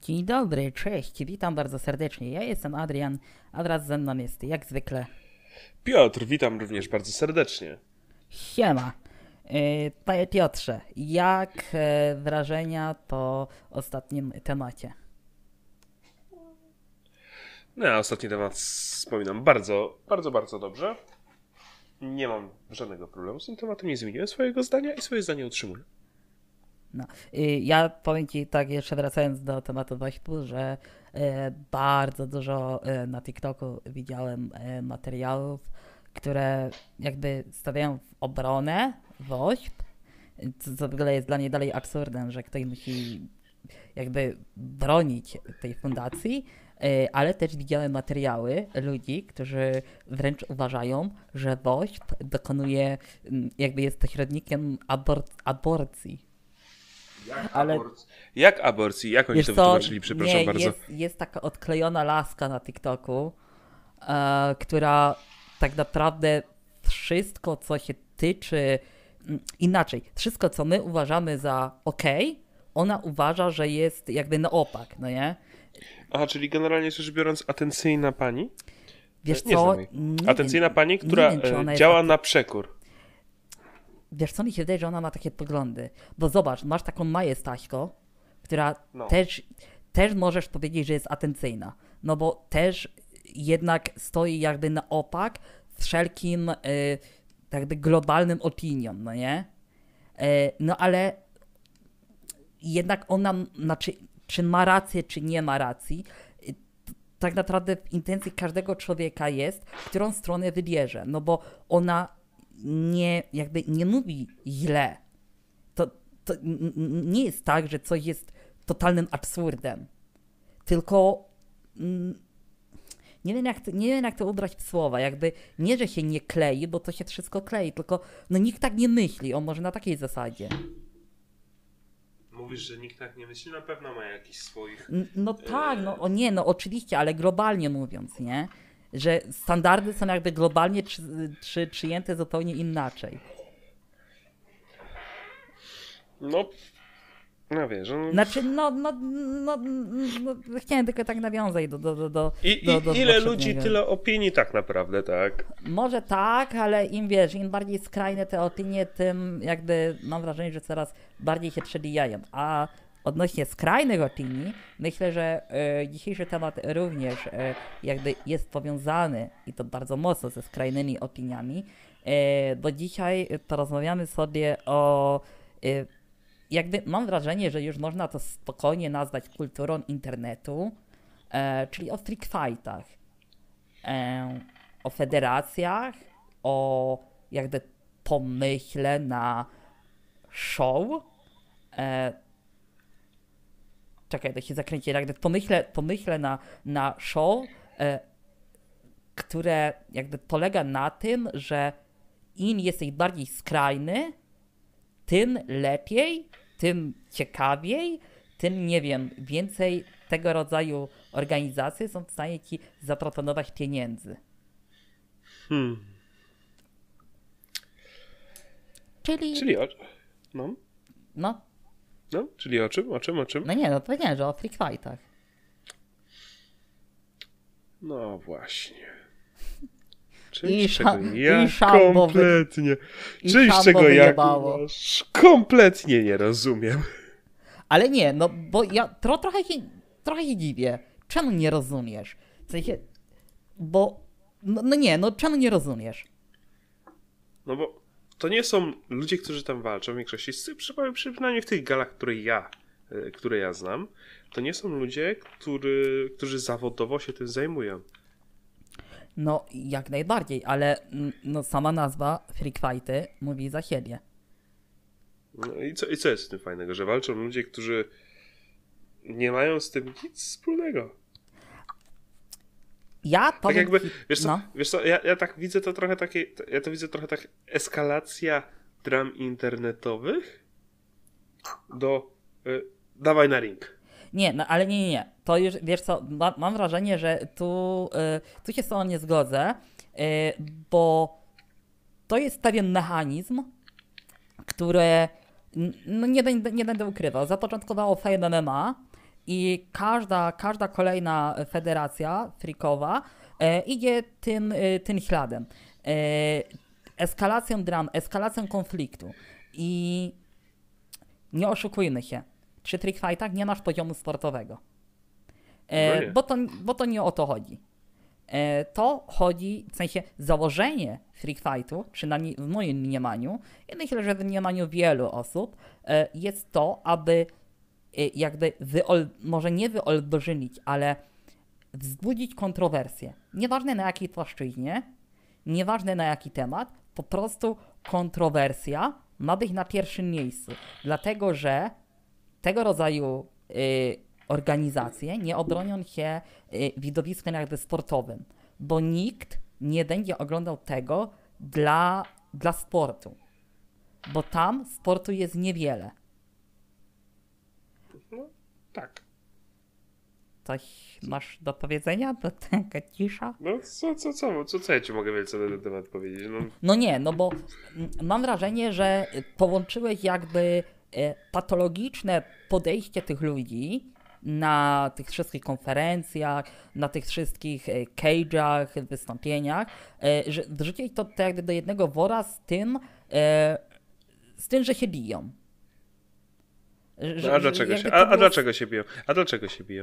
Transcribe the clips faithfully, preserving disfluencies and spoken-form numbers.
Dzień dobry, cześć, witam bardzo serdecznie. Ja jestem Adrian, a wraz ze mną jest jak zwykle Piotr, witam również bardzo serdecznie. Siema. Yy, Panie Piotrze, jak e, wrażenia po ostatnim temacie? No, ja ostatni temat wspominam bardzo, bardzo, bardzo dobrze. Nie mam żadnego problemu z tym tematem, nie zmieniłem swojego zdania i swoje zdanie utrzymuję. No, yy, ja powiem Ci tak, jeszcze wracając do tematu Wośpu, że e, bardzo dużo e, na TikToku widziałem e, materiałów, które jakby stawiają w obronę Wośp, co, co w ogóle jest dla mnie dalej absurdem, że ktoś musi jakby bronić tej fundacji, e, ale też widziałem materiały ludzi, którzy wręcz uważają, że WOŚP dokonuje, mm, jakby jest pośrednikiem abor- aborcji. Jak Ale aborcji? Jak aborcji? Jak oni wiesz to co, wytłumaczyli? Przepraszam nie, bardzo. jest, jest taka odklejona laska na TikToku, e, która tak naprawdę wszystko, co się tyczy, mm, inaczej, wszystko, co my uważamy za okej, ona uważa, że jest jakby na opak, no nie? Aha, czyli generalnie rzecz biorąc atencyjna pani? Wiesz E, Nie co, znam jej. nie Atencyjna wiem, pani, nie która wiem, czy ona e, jest działa aty- na przekór. Wiesz co, mi się wydaje, że ona ma takie poglądy. Bo zobacz, masz taką Maję Staśko, która No. też, też możesz powiedzieć, że jest atencyjna. No bo też jednak stoi jakby na opak wszelkim y, jakby globalnym opiniom, no nie? Y, no ale jednak ona, znaczy, czy ma rację, czy nie ma racji, y, t- tak naprawdę w intencji każdego człowieka jest, w którą stronę wybierze. No bo ona nie, jakby nie mówi źle. To, to n- n- nie jest tak, że coś jest totalnym absurdem. Tylko mm, nie wiem, jak to, nie wiem, jak to ubrać w słowa. Jakby nie, że się nie klei, bo to się wszystko klei, tylko no nikt tak nie myśli. O, może na takiej zasadzie. Mówisz, że nikt tak nie myśli? Na pewno ma jakiś swoich... N- No tak, no o nie, no oczywiście, ale globalnie mówiąc, nie? Że standardy są jakby globalnie przy, przy, przyjęte zupełnie inaczej. No, no wiesz... No... Znaczy, no, no, no, no, no chciałem tylko tak nawiązać do, do, do, do, I, do, i do ile ludzi, poprzedniego. tyle opinii tak naprawdę, tak? Może tak, ale im wiesz, im bardziej skrajne te opinie, tym jakby mam wrażenie, że coraz bardziej się przebijają. A odnośnie skrajnych opinii, myślę, że e, dzisiejszy temat również e, jakby jest powiązany i to bardzo mocno ze skrajnymi opiniami, e, bo dzisiaj porozmawiamy sobie o e, jakby mam wrażenie, że już można to spokojnie nazwać kulturą internetu, e, czyli o freak fightach, e, o federacjach, o jakby pomyśle na show. E, czekaj, to się zakręci, jakby pomyśle, pomyśle na, na show, e, które jakby polega na tym, że im jesteś bardziej skrajny, tym lepiej, tym ciekawiej, tym, nie wiem, więcej tego rodzaju organizacje są w stanie ci zaproponować pieniędzy. Hmm. Czyli, Czyli o... No, no, no, czyli o czym, o czym, o czym? no nie, no powiedziałem, że o freak fightach. No właśnie. I Czymś, sza- czego i ja szambo wy- kompletnie, i czymś, szambo czego ja wyjebało. kurwa, kompletnie nie rozumiem. Ale nie, no bo ja tro, trochę, się, trochę się dziwię. Czemu nie rozumiesz? W sensie, bo, no, no nie, no czemu nie rozumiesz? No bo to nie są ludzie, którzy tam walczą w większości, z- przy- przynajmniej w tych galach, które ja, y, które ja znam, to nie są ludzie, który, którzy zawodowo się tym zajmują. No, jak najbardziej, ale mm, no, sama nazwa Freak Fighty mówi za siebie. No i co, i co jest w tym fajnego, że walczą ludzie, którzy nie mają z tym nic wspólnego. Ja Tak powiem jakby, ci, wiesz co, no, wiesz co ja, ja tak widzę to trochę takie, ja to widzę trochę tak eskalacja dram internetowych do y, dawaj na ring. nie, no, ale nie, nie, nie. To już, wiesz co, ma, mam wrażenie, że tu, y, tu się z tobą nie zgodzę, y, bo to jest pewien mechanizm, który, n- no nie będę, nie będę ukrywał, zapoczątkowało Fame M M A i każda, każda kolejna federacja freakowa e, idzie tym, e, tym śladem. E, eskalacją dram, eskalacją konfliktu i nie oszukujmy się, przy Freak Fightach nie masz poziomu sportowego, e, no bo, to, bo to nie o to chodzi. E, to chodzi, w sensie założenie Freak Fightu, przynajmniej w moim mniemaniu, i myślę, że w mniemaniu wielu osób, e, jest to, aby e, jakby wyol, może nie wyolbrzymić, ale wzbudzić kontrowersję. Nieważne na jakiej płaszczyźnie, nieważne na jaki temat, po prostu kontrowersja ma być na pierwszym miejscu. Dlatego, że tego rodzaju y, organizacje nie obronią się y, widowiskiem jakby sportowym, bo nikt nie będzie oglądał tego dla, dla sportu, bo tam sportu jest niewiele. No, tak. Coś masz do powiedzenia? To taka cisza? No co, co, co, co, co ja ci mogę więcej na ten temat powiedzieć? No, No nie, no bo mm, mam wrażenie, że połączyłeś jakby e, patologiczne podejście tych ludzi na tych wszystkich konferencjach, na tych wszystkich e, cage'ach, wystąpieniach, e, że wrzuciłeś to, to jakby do jednego wora z tym, e, z tym, że się biją. Że, no a dlaczego jakby się, to a, a było- dlaczego się biją? A dlaczego się biją?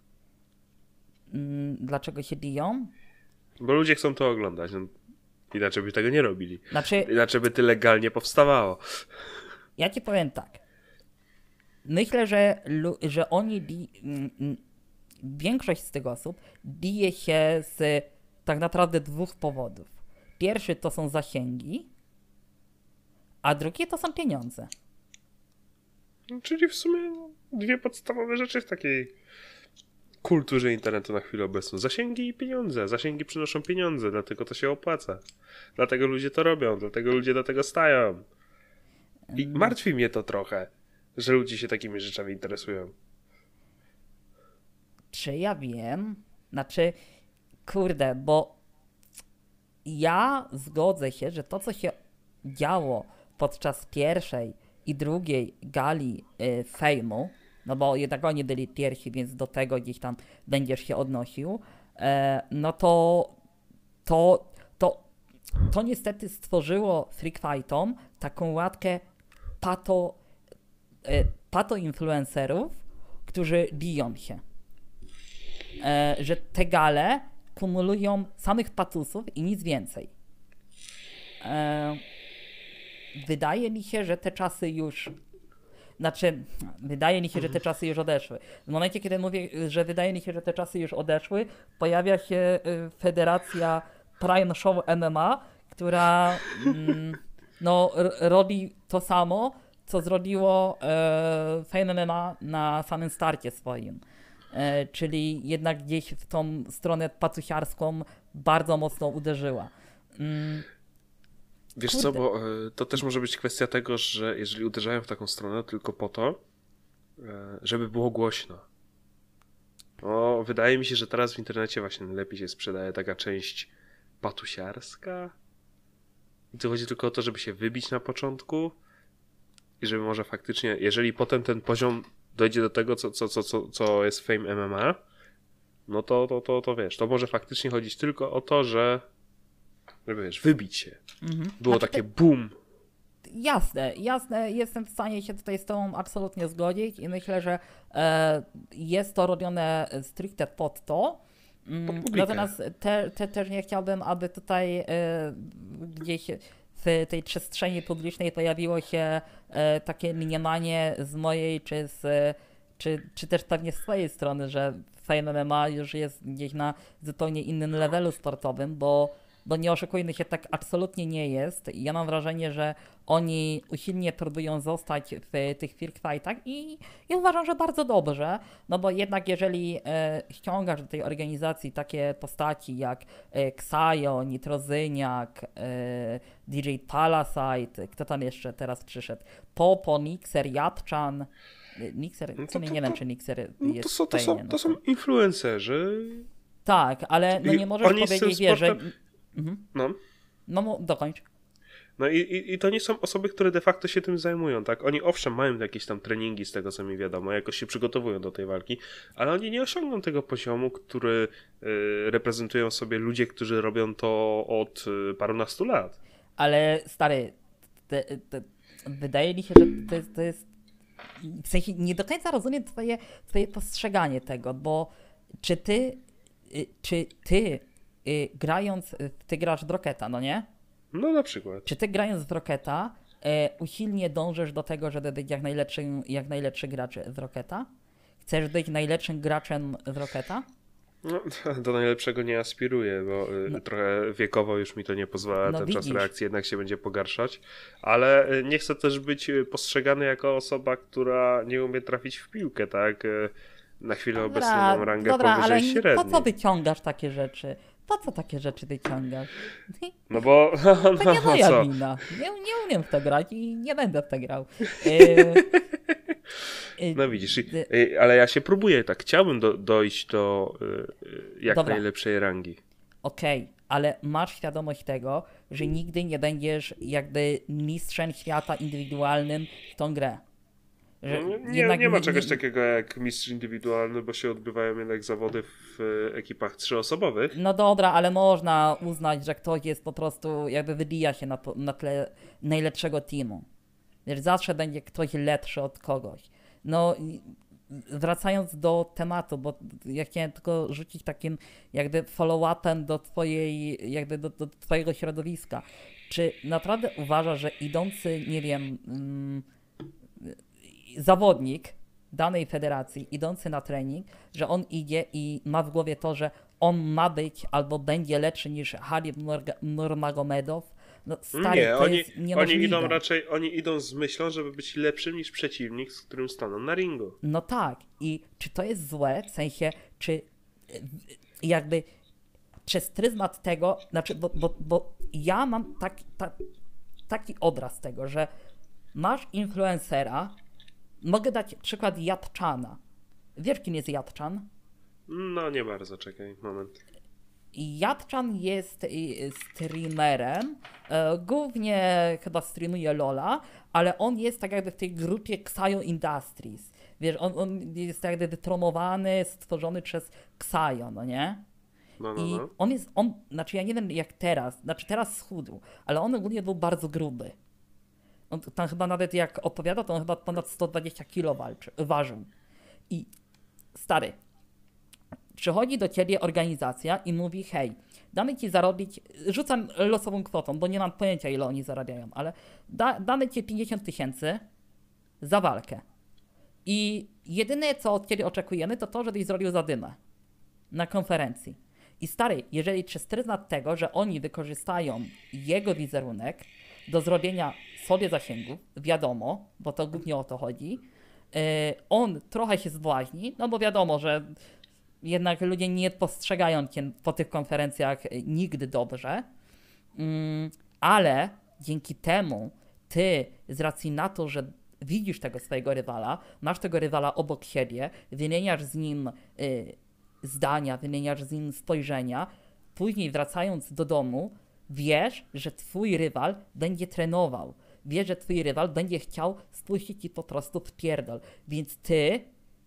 Mm, Dlaczego się biją? Bo ludzie chcą to oglądać. No, inaczej by tego nie robili. Znaczy, Inaczej by tyle legalnie powstawało. ja ci powiem tak. Myślę, że, lu- że oni, bi- mm, mm, większość z tych osób bije się z tak naprawdę dwóch powodów. Pierwszy to są zasięgi, a drugi to są pieniądze. No, czyli w sumie no, dwie podstawowe rzeczy w takiej kulturze internetu na chwilę obecną. Zasięgi i pieniądze. Zasięgi przynoszą pieniądze, dlatego to się opłaca. Dlatego ludzie to robią, dlatego ludzie do tego stają. I martwi mnie to trochę, że ludzie się takimi rzeczami interesują. Czy ja wiem? Znaczy, kurde, bo ja zgodzę się, że to, co się działo podczas pierwszej i drugiej gali y, fejmu, no bo jednak oni byli pierwsi, więc do tego gdzieś tam będziesz się odnosił, e, no to to, to to niestety stworzyło Freak Fightom taką łatkę pato, e, pato influencerów, którzy biją się. E, że te gale kumulują samych patusów i nic więcej. E, wydaje mi się, że te czasy już. Znaczy, wydaje mi się, że te czasy już odeszły. W momencie, kiedy mówię, że wydaje mi się, że te czasy już odeszły, pojawia się y, Federacja Prime Show M M A, która mm, no, r- robi to samo, co zrobiło e, Fame M M A na samym starcie swoim. E, czyli jednak gdzieś w tą stronę pacusiarską bardzo mocno uderzyła. Mm, Wiesz Kurde. co, bo y, to też może być kwestia tego, że jeżeli uderzają w taką stronę tylko po to, y, żeby było głośno. No, wydaje mi się, że teraz w internecie właśnie lepiej się sprzedaje taka część patusiarska. I to chodzi tylko o to, żeby się wybić na początku i żeby może faktycznie, jeżeli potem ten poziom dojdzie do tego, co, co, co, co, co jest Fame M M A, no to, to, to, to wiesz, to może faktycznie chodzić tylko o to, że żeby wiesz, wybić się. mhm. Było Znaczy, takie boom. Jasne, jasne, jestem w stanie się tutaj z tobą absolutnie zgodzić i myślę, że e, jest to robione stricte pod to. Mm, Pod publikę. Natomiast te, te, też nie chciałbym, aby tutaj e, gdzieś w tej przestrzeni publicznej pojawiło się e, takie mniemanie z mojej czy z czy, czy też pewnie z twojej strony, że Fame M M A już jest gdzieś na zupełnie innym levelu sportowym, bo Bo nie oszukujmy się, tak absolutnie nie jest. Ja mam wrażenie, że oni usilnie próbują zostać w tych Freak Fightach i, i uważam, że bardzo dobrze, no bo jednak jeżeli e, ściągasz do tej organizacji takie postaci jak e, Ksajo, Nitrozyniak, e, D J Palasite, kto tam jeszcze teraz przyszedł, Popo, Nixer, Japczan, e, Nixer, No w to- sumie to- nie wiem, to- czy Nixer No jest to, są, to, w są, fejmie, to no są influencerzy. Tak, ale no I nie możesz oni z tym powiedzieć, wiesz, że... sportem- Mhm. No. No mu- dokończ. No i, i, i to nie są osoby, które de facto się tym zajmują, tak? Oni owszem mają jakieś tam treningi z tego, co mi wiadomo, jakoś się przygotowują do tej walki, ale oni nie osiągną tego poziomu, który y, reprezentują sobie ludzie, którzy robią to od y, parunastu lat. Ale stary, te, te, wydaje mi się, że to jest, to jest... W sensie nie do końca rozumiem twoje, twoje postrzeganie tego, bo czy ty, y, czy ty y, grając, w- ty grasz w Rocketa, no nie? No na przykład. Czy ty grając w Rocketa e, usilnie dążysz do tego, żeby być jak najlepszym, jak najlepszy gracz z Rocketa? Chcesz być najlepszym graczem z Rocketa? No, do najlepszego nie aspiruję, bo y, No. trochę wiekowo już mi to nie pozwala, No ten czas widzisz. reakcji jednak się będzie pogarszać, ale y, nie chcę też być y, postrzegany jako osoba, która nie umie trafić w piłkę, tak? Y, Na chwilę obecną mam rangę dobra, powyżej ale nie- po średniej. co wyciągasz takie rzeczy? Po co takie rzeczy wyciągasz? No bo, no, To nie no moja co? wina. Nie, nie umiem w to grać i nie będę w to grał. E, e, No widzisz, i- d- y, ale ja się próbuję, tak, chciałbym do, dojść do y, y, jak Dobra. najlepszej rangi. Okej, ale masz świadomość tego, że nigdy nie będziesz jakby mistrzem świata indywidualnym w tą grę. Że No, nie, jednak nie ma czegoś takiego jak mistrz indywidualny, bo się odbywają jednak zawody w y, ekipach trzyosobowych. No dobra, ale można uznać, że ktoś jest po prostu, jakby wybija się na, po- na tle najlepszego teamu. Wiesz, zawsze będzie ktoś lepszy od kogoś. No, i wracając do tematu, bo ja chciałem tylko rzucić takim jakby follow-upem do twojej, jakby do, do twojego środowiska. Czy naprawdę uważasz, że idący, nie wiem, mm, zawodnik danej federacji, idący na trening, że on idzie i ma w głowie to, że on ma być albo będzie lepszy niż Khabib Nurga- Nurmagomedow? No stary, Nie, to oni, jest oni niemożliwe. idą raczej, oni idą z myślą, żeby być lepszym niż przeciwnik, z którym staną na ringu. No tak. I czy to jest złe? W sensie, czy y, jakby przez pryzmat tego, znaczy, bo, bo, bo ja mam tak, ta, taki obraz tego, że masz influencera, mogę dać przykład Jatczana. Wiesz, kim jest Jatczan? No nie bardzo, czekaj, moment. Jatczan jest y, streamerem, e, głównie chyba streamuje Lola, ale on jest tak jakby w tej grupie Xayo Industries. Wiesz, on, on jest tak jakby wypromowany, stworzony przez Xayo, no nie? No, no, I no. on jest, on, znaczy ja nie wiem jak teraz, znaczy teraz schudł, ale on ogólnie był bardzo gruby. On tam chyba nawet jak opowiada, to on chyba ponad sto dwadzieścia kilo walczy, ważył. I stary, przychodzi do ciebie organizacja i mówi, hej, damy ci zarobić, rzucam losową kwotą, bo nie mam pojęcia ile oni zarabiają, ale da, damy ci pięćdziesiąt tysięcy za walkę. I jedyne co od ciebie oczekujemy to to, żebyś zrobił zadymę na konferencji. I stary, jeżeli przez pryzmat tego, że oni wykorzystają jego wizerunek do zrobienia sobie zasięgów, wiadomo, bo to głównie o to chodzi, yy, on trochę się zbłaźni, no bo wiadomo, że jednak ludzie nie postrzegają cię po tych konferencjach nigdy dobrze, mm, ale dzięki temu ty z racji na to, że widzisz tego swojego rywala, masz tego rywala obok siebie, wymieniasz z nim y, zdania, wymieniasz z nim spojrzenia, później wracając do domu, wiesz, że twój rywal będzie trenował, wiesz, że twój rywal będzie chciał spuścić ci po prostu w pierdol, więc ty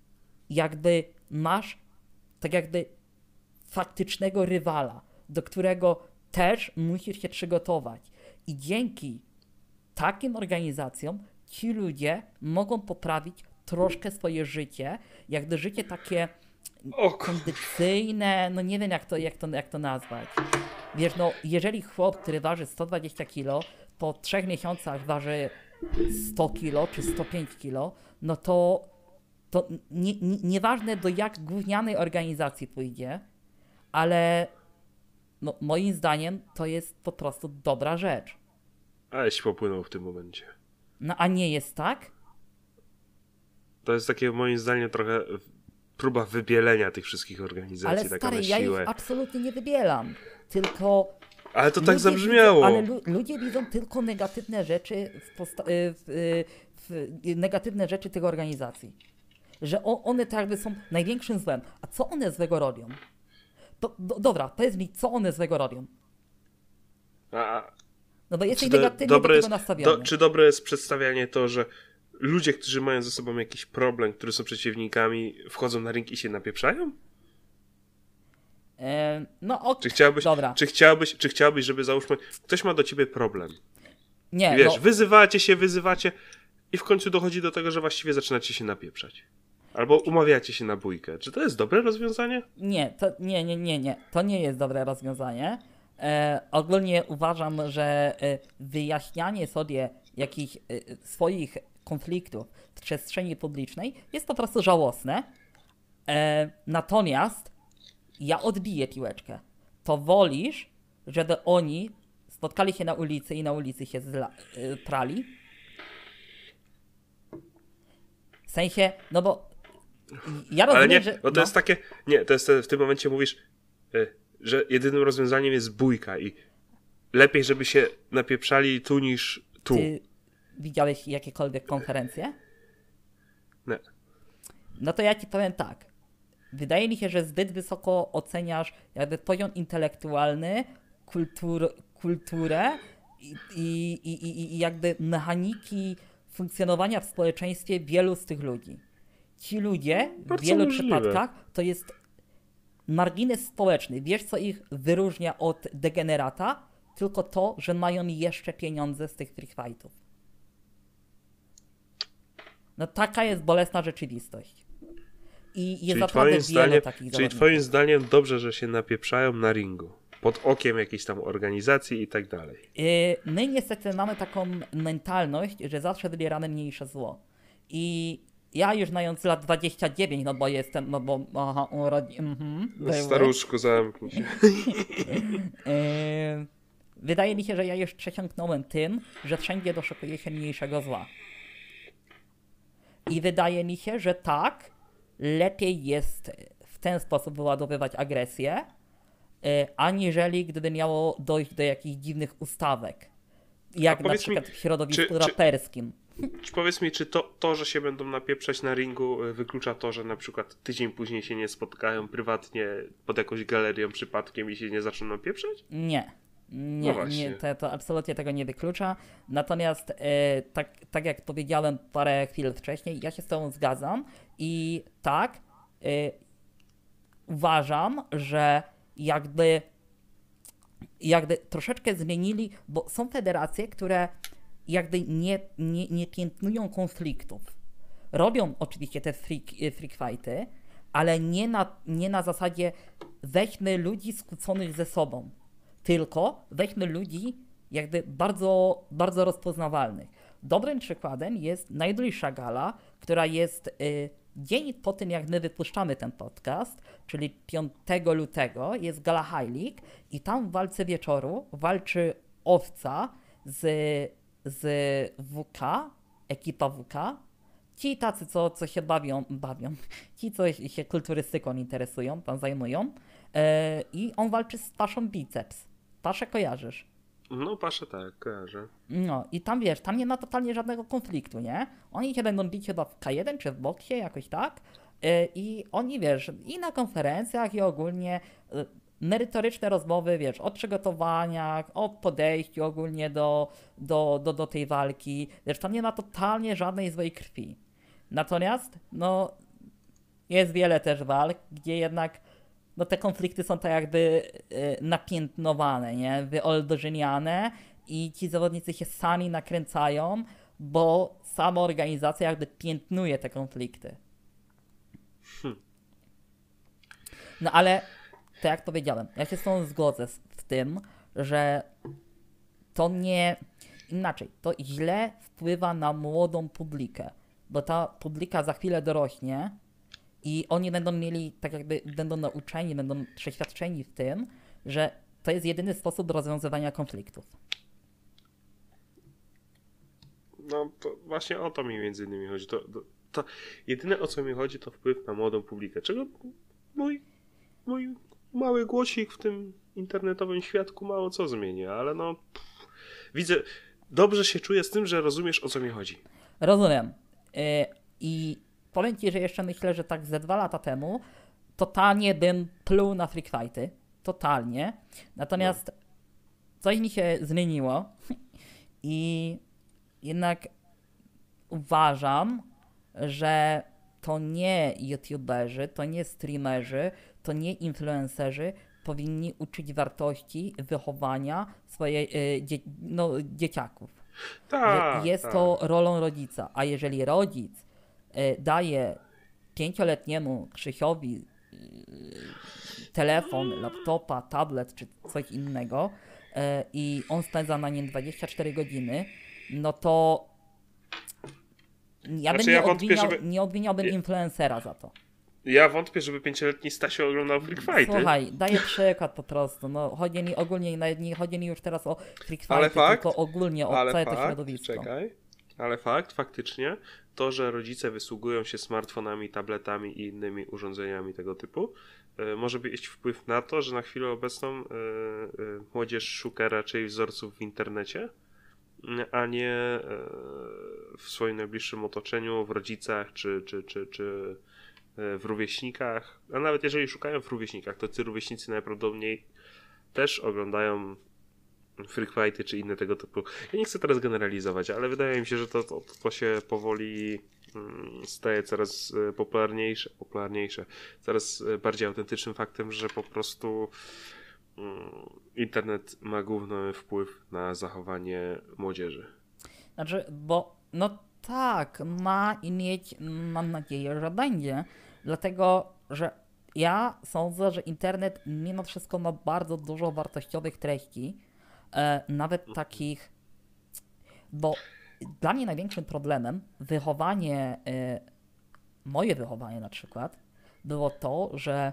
jakby masz tak jakby faktycznego rywala, do którego też musisz się przygotować. I dzięki takim organizacjom ci ludzie mogą poprawić troszkę swoje życie, jakby życie takie O kur... kondycyjne, no nie wiem jak to, jak to, jak to nazwać. Wiesz, no jeżeli chłop, który waży sto dwadzieścia kilo, po trzech miesiącach waży sto kilo czy sto pięć kilo, no to to nie, nie, nieważne do jak gównianej organizacji pójdzie, ale no, moim zdaniem to jest po prostu dobra rzecz. Aleś popłynął w tym momencie. No a nie jest tak? To jest takie moim zdaniem trochę próba wybielenia tych wszystkich organizacji, Ale taka stary, na ja siłę. ich absolutnie nie wybielam. Tylko Ale to tak ludzie zabrzmiało. Widzą, ale lu, ludzie widzą tylko negatywne rzeczy w, posta- w, w, w negatywne rzeczy tych organizacji. Że o, one tak jakby są największym złem. A co one złego robią? To, do, dobra, powiedz mi, co one złego robią? A, No bo jesteś Czy, to negatywnie dobre do jest, tego nastawiony. do, czy dobre jest przedstawianie to, że ludzie, którzy mają ze sobą jakiś problem, którzy są przeciwnikami, wchodzą na ring i się napieprzają? E, no ok, Czy chciałbyś, dobra. Czy chciałbyś, czy chciałbyś, żeby załóżmy, ktoś ma do ciebie problem. Nie, Wiesz, no, wyzywacie się, wyzywacie i w końcu dochodzi do tego, że właściwie zaczynacie się napieprzać. Albo umawiacie się na bójkę. Czy to jest dobre rozwiązanie? nie, to, nie, nie, nie, nie, to nie jest dobre rozwiązanie. E, ogólnie uważam, że e, wyjaśnianie sobie jakichś e, swoich konfliktów w przestrzeni publicznej jest po prostu żałosne. E, natomiast ja odbiję piłeczkę. To wolisz, żeby oni spotkali się na ulicy i na ulicy się zla, e, prali? W sensie, no bo ja rozumiem, Ale nie, że... bo to no. jest takie, nie, to jest w tym momencie mówisz, y, że jedynym rozwiązaniem jest bójka i lepiej, żeby się napieprzali tu niż tu. Ty widziałeś jakiekolwiek konferencje? Nie. No to ja ci powiem tak. Wydaje mi się, że zbyt wysoko oceniasz jakby poziom intelektualny, kultur, kulturę i, i, i, i- i jakby mechaniki funkcjonowania w społeczeństwie wielu z tych ludzi. Ci ludzie w Bardzo wielu możliwe. przypadkach to jest margines społeczny. Wiesz, co ich wyróżnia od degenerata? Tylko to, że mają jeszcze pieniądze z tych free fightów. No taka jest bolesna rzeczywistość. I jest Czyli naprawdę twoim, wiele zdaniem, takich czyli zawodników. twoim zdaniem dobrze, że się napieprzają na ringu. Pod okiem jakiejś tam organizacji i tak dalej. Yy, My niestety mamy taką mentalność, że zawsze wybieramy mniejsze zło. I ja już znając lat dwadzieścia dziewięć, no bo jestem, no bo aha, urodzi... Mhm, były. Staruszku, zamknij się. Yy, Wydaje mi się, że ja już przesiąknąłem tym, że wszędzie doszukuje się mniejszego zła. I wydaje mi się, że tak, lepiej jest w ten sposób wyładowywać agresję, yy, aniżeli gdyby miało dojść do jakichś dziwnych ustawek. Jak A na powiedz przykład mi, w środowisku czy- czy- raperskim. Czy powiedz mi, czy to, to, że się będą napieprzać na ringu, y, wyklucza to, że na przykład tydzień później się nie spotkają prywatnie pod jakąś galerią przypadkiem i się nie zaczną napieprzać? Nie. No Nie, właśnie. nie to, to absolutnie tego nie wyklucza. Natomiast e, tak, tak jak powiedziałem parę chwil wcześniej, ja się z tobą zgadzam i tak e, uważam, że jakby jakby troszeczkę zmienili, bo są federacje, które jakby nie, nie, nie piętnują konfliktów. Robią oczywiście te freak, freak fighty, ale nie na, nie na zasadzie weźmy ludzi skłóconych ze sobą, tylko weźmy ludzi jakby bardzo, bardzo rozpoznawalnych. Dobrym przykładem jest najbliższa gala, która jest y, dzień po tym, jak my wypuszczamy ten podcast, czyli piątego lutego, jest gala High League i tam w walce wieczoru walczy Owca z, z W K, ekipa W K. Ci tacy, co, co się bawią, bawią, ci, co się kulturystyką interesują, tam zajmują. E, I on walczy z Paszą Biceps. Paszę kojarzysz. No, patrzę tak, kojarzę. No i tam wiesz, tam nie ma totalnie żadnego konfliktu, nie? Oni się będą bić chyba w K jeden czy w boksie, jakoś tak. E, I oni wiesz, i na konferencjach, i ogólnie e, merytoryczne rozmowy, wiesz, o przygotowaniach, o podejściu ogólnie do, do, do, do tej walki. Wiesz, tam nie ma totalnie żadnej złej krwi. Natomiast, no, jest wiele też walk, gdzie jednak no, te konflikty są tak jakby y, napiętnowane, nie? Wyolbrzymiane i ci zawodnicy się sami nakręcają, bo sama organizacja jakby piętnuje te konflikty. No ale, tak jak powiedziałem, ja się z tą zgodzę z- w tym, że to nie... Inaczej, to źle wpływa na młodą publikę, bo ta publika za chwilę dorośnie i oni będą mieli, tak jakby będą nauczeni, będą przeświadczeni w tym, że to jest jedyny sposób rozwiązywania konfliktów. No, to właśnie o to mi między innymi chodzi. To, to, to jedyne, o co mi chodzi, to wpływ na młodą publikę. Czego mój, mój mały głosik w tym internetowym świadku mało co zmieni, ale no pff, widzę, dobrze się czuję z tym, że rozumiesz, o co mi chodzi. Rozumiem. Yy, I powiem ci, że jeszcze myślę, że tak ze dwa lata temu totalnie bym pluł na freak fighty. Totalnie. Natomiast coś mi się zmieniło i jednak uważam, że to nie youtuberzy, to nie streamerzy, to nie influencerzy powinni uczyć wartości wychowania swojej y, dzie, no, dzieciaków. Tak, Że jest tak. to rolą rodzica, a jeżeli rodzic y, daje pięcioletniemu Krzysiowi y, telefon, laptopa, tablet czy coś innego y, i on spędza na nim dwadzieścia cztery godziny, no to ja bym Znaczy, nie, ja wątpię, obwiniał, żeby- nie obwiniałbym Ja- influencera za to. Ja wątpię, żeby pięcioletni Stasio oglądał Freak Fighty. Słuchaj, daję przykład po prostu. No, chodzi mi ogólnie, nawet nie chodzi mi już teraz o Freak Ale Fighty, fakt, tylko ogólnie o ale całe to fakt, środowisko. czekaj, ale fakt, faktycznie, to, że rodzice wysługują się smartfonami, tabletami i innymi urządzeniami tego typu, y, może mieć wpływ na to, że na chwilę obecną y, y, młodzież szuka raczej wzorców w internecie, y, a nie y, w swoim najbliższym otoczeniu, w rodzicach czy, czy, czy, czy y, w rówieśnikach. A nawet jeżeli szukają w rówieśnikach, to ci rówieśnicy najprawdopodobniej też oglądają Freak Fighty czy inne tego typu. Ja nie chcę teraz generalizować, ale wydaje mi się, że to, to, to się powoli mm, staje coraz e, popularniejsze, popularniejsze, coraz e, bardziej autentycznym faktem, że po prostu mm, internet ma główny wpływ na zachowanie młodzieży. Znaczy, bo no tak, ma i mieć, mam nadzieję, że będzie. Dlatego, że ja sądzę, że internet mimo wszystko ma bardzo dużo wartościowych treści, e, nawet takich, bo dla mnie największym problemem wychowanie, e, moje wychowanie na przykład, było to, że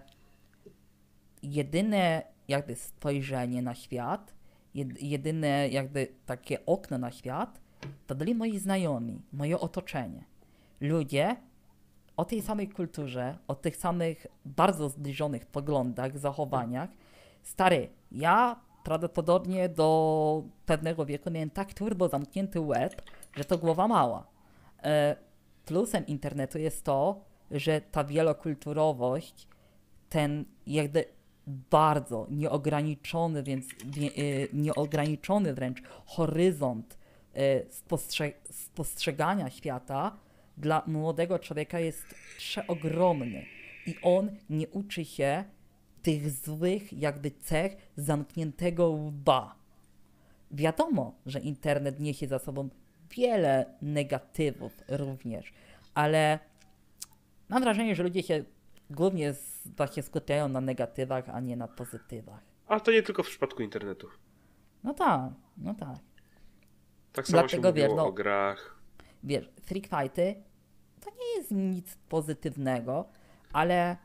jedyne jakby spojrzenie na świat, jed, jedyne jakby takie okno na świat, to byli moi znajomi, moje otoczenie. Ludzie o tej samej kulturze, o tych samych bardzo zbliżonych poglądach, zachowaniach. Stary, ja prawdopodobnie do pewnego wieku miałem tak turbo zamknięty łeb, że to głowa mała. E, plusem internetu jest to, że ta wielokulturowość, ten jakby bardzo nieograniczony, więc wie, y, nieograniczony wręcz horyzont y, spostrze- spostrzegania świata dla młodego człowieka jest przeogromny i on nie uczy się tych złych jakby cech zamkniętego łba. Wiadomo, że internet niesie za sobą wiele negatywów również, ale mam wrażenie, że ludzie się głównie z- właśnie skupiają na negatywach, a nie na pozytywach. A to nie tylko w przypadku internetu. No tak, no tak. Tak samo Dlatego się mówiło wiesz, no- o grach. Wiesz, Freak Fighty to nie jest nic pozytywnego, ale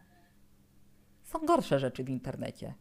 są gorsze rzeczy w internecie.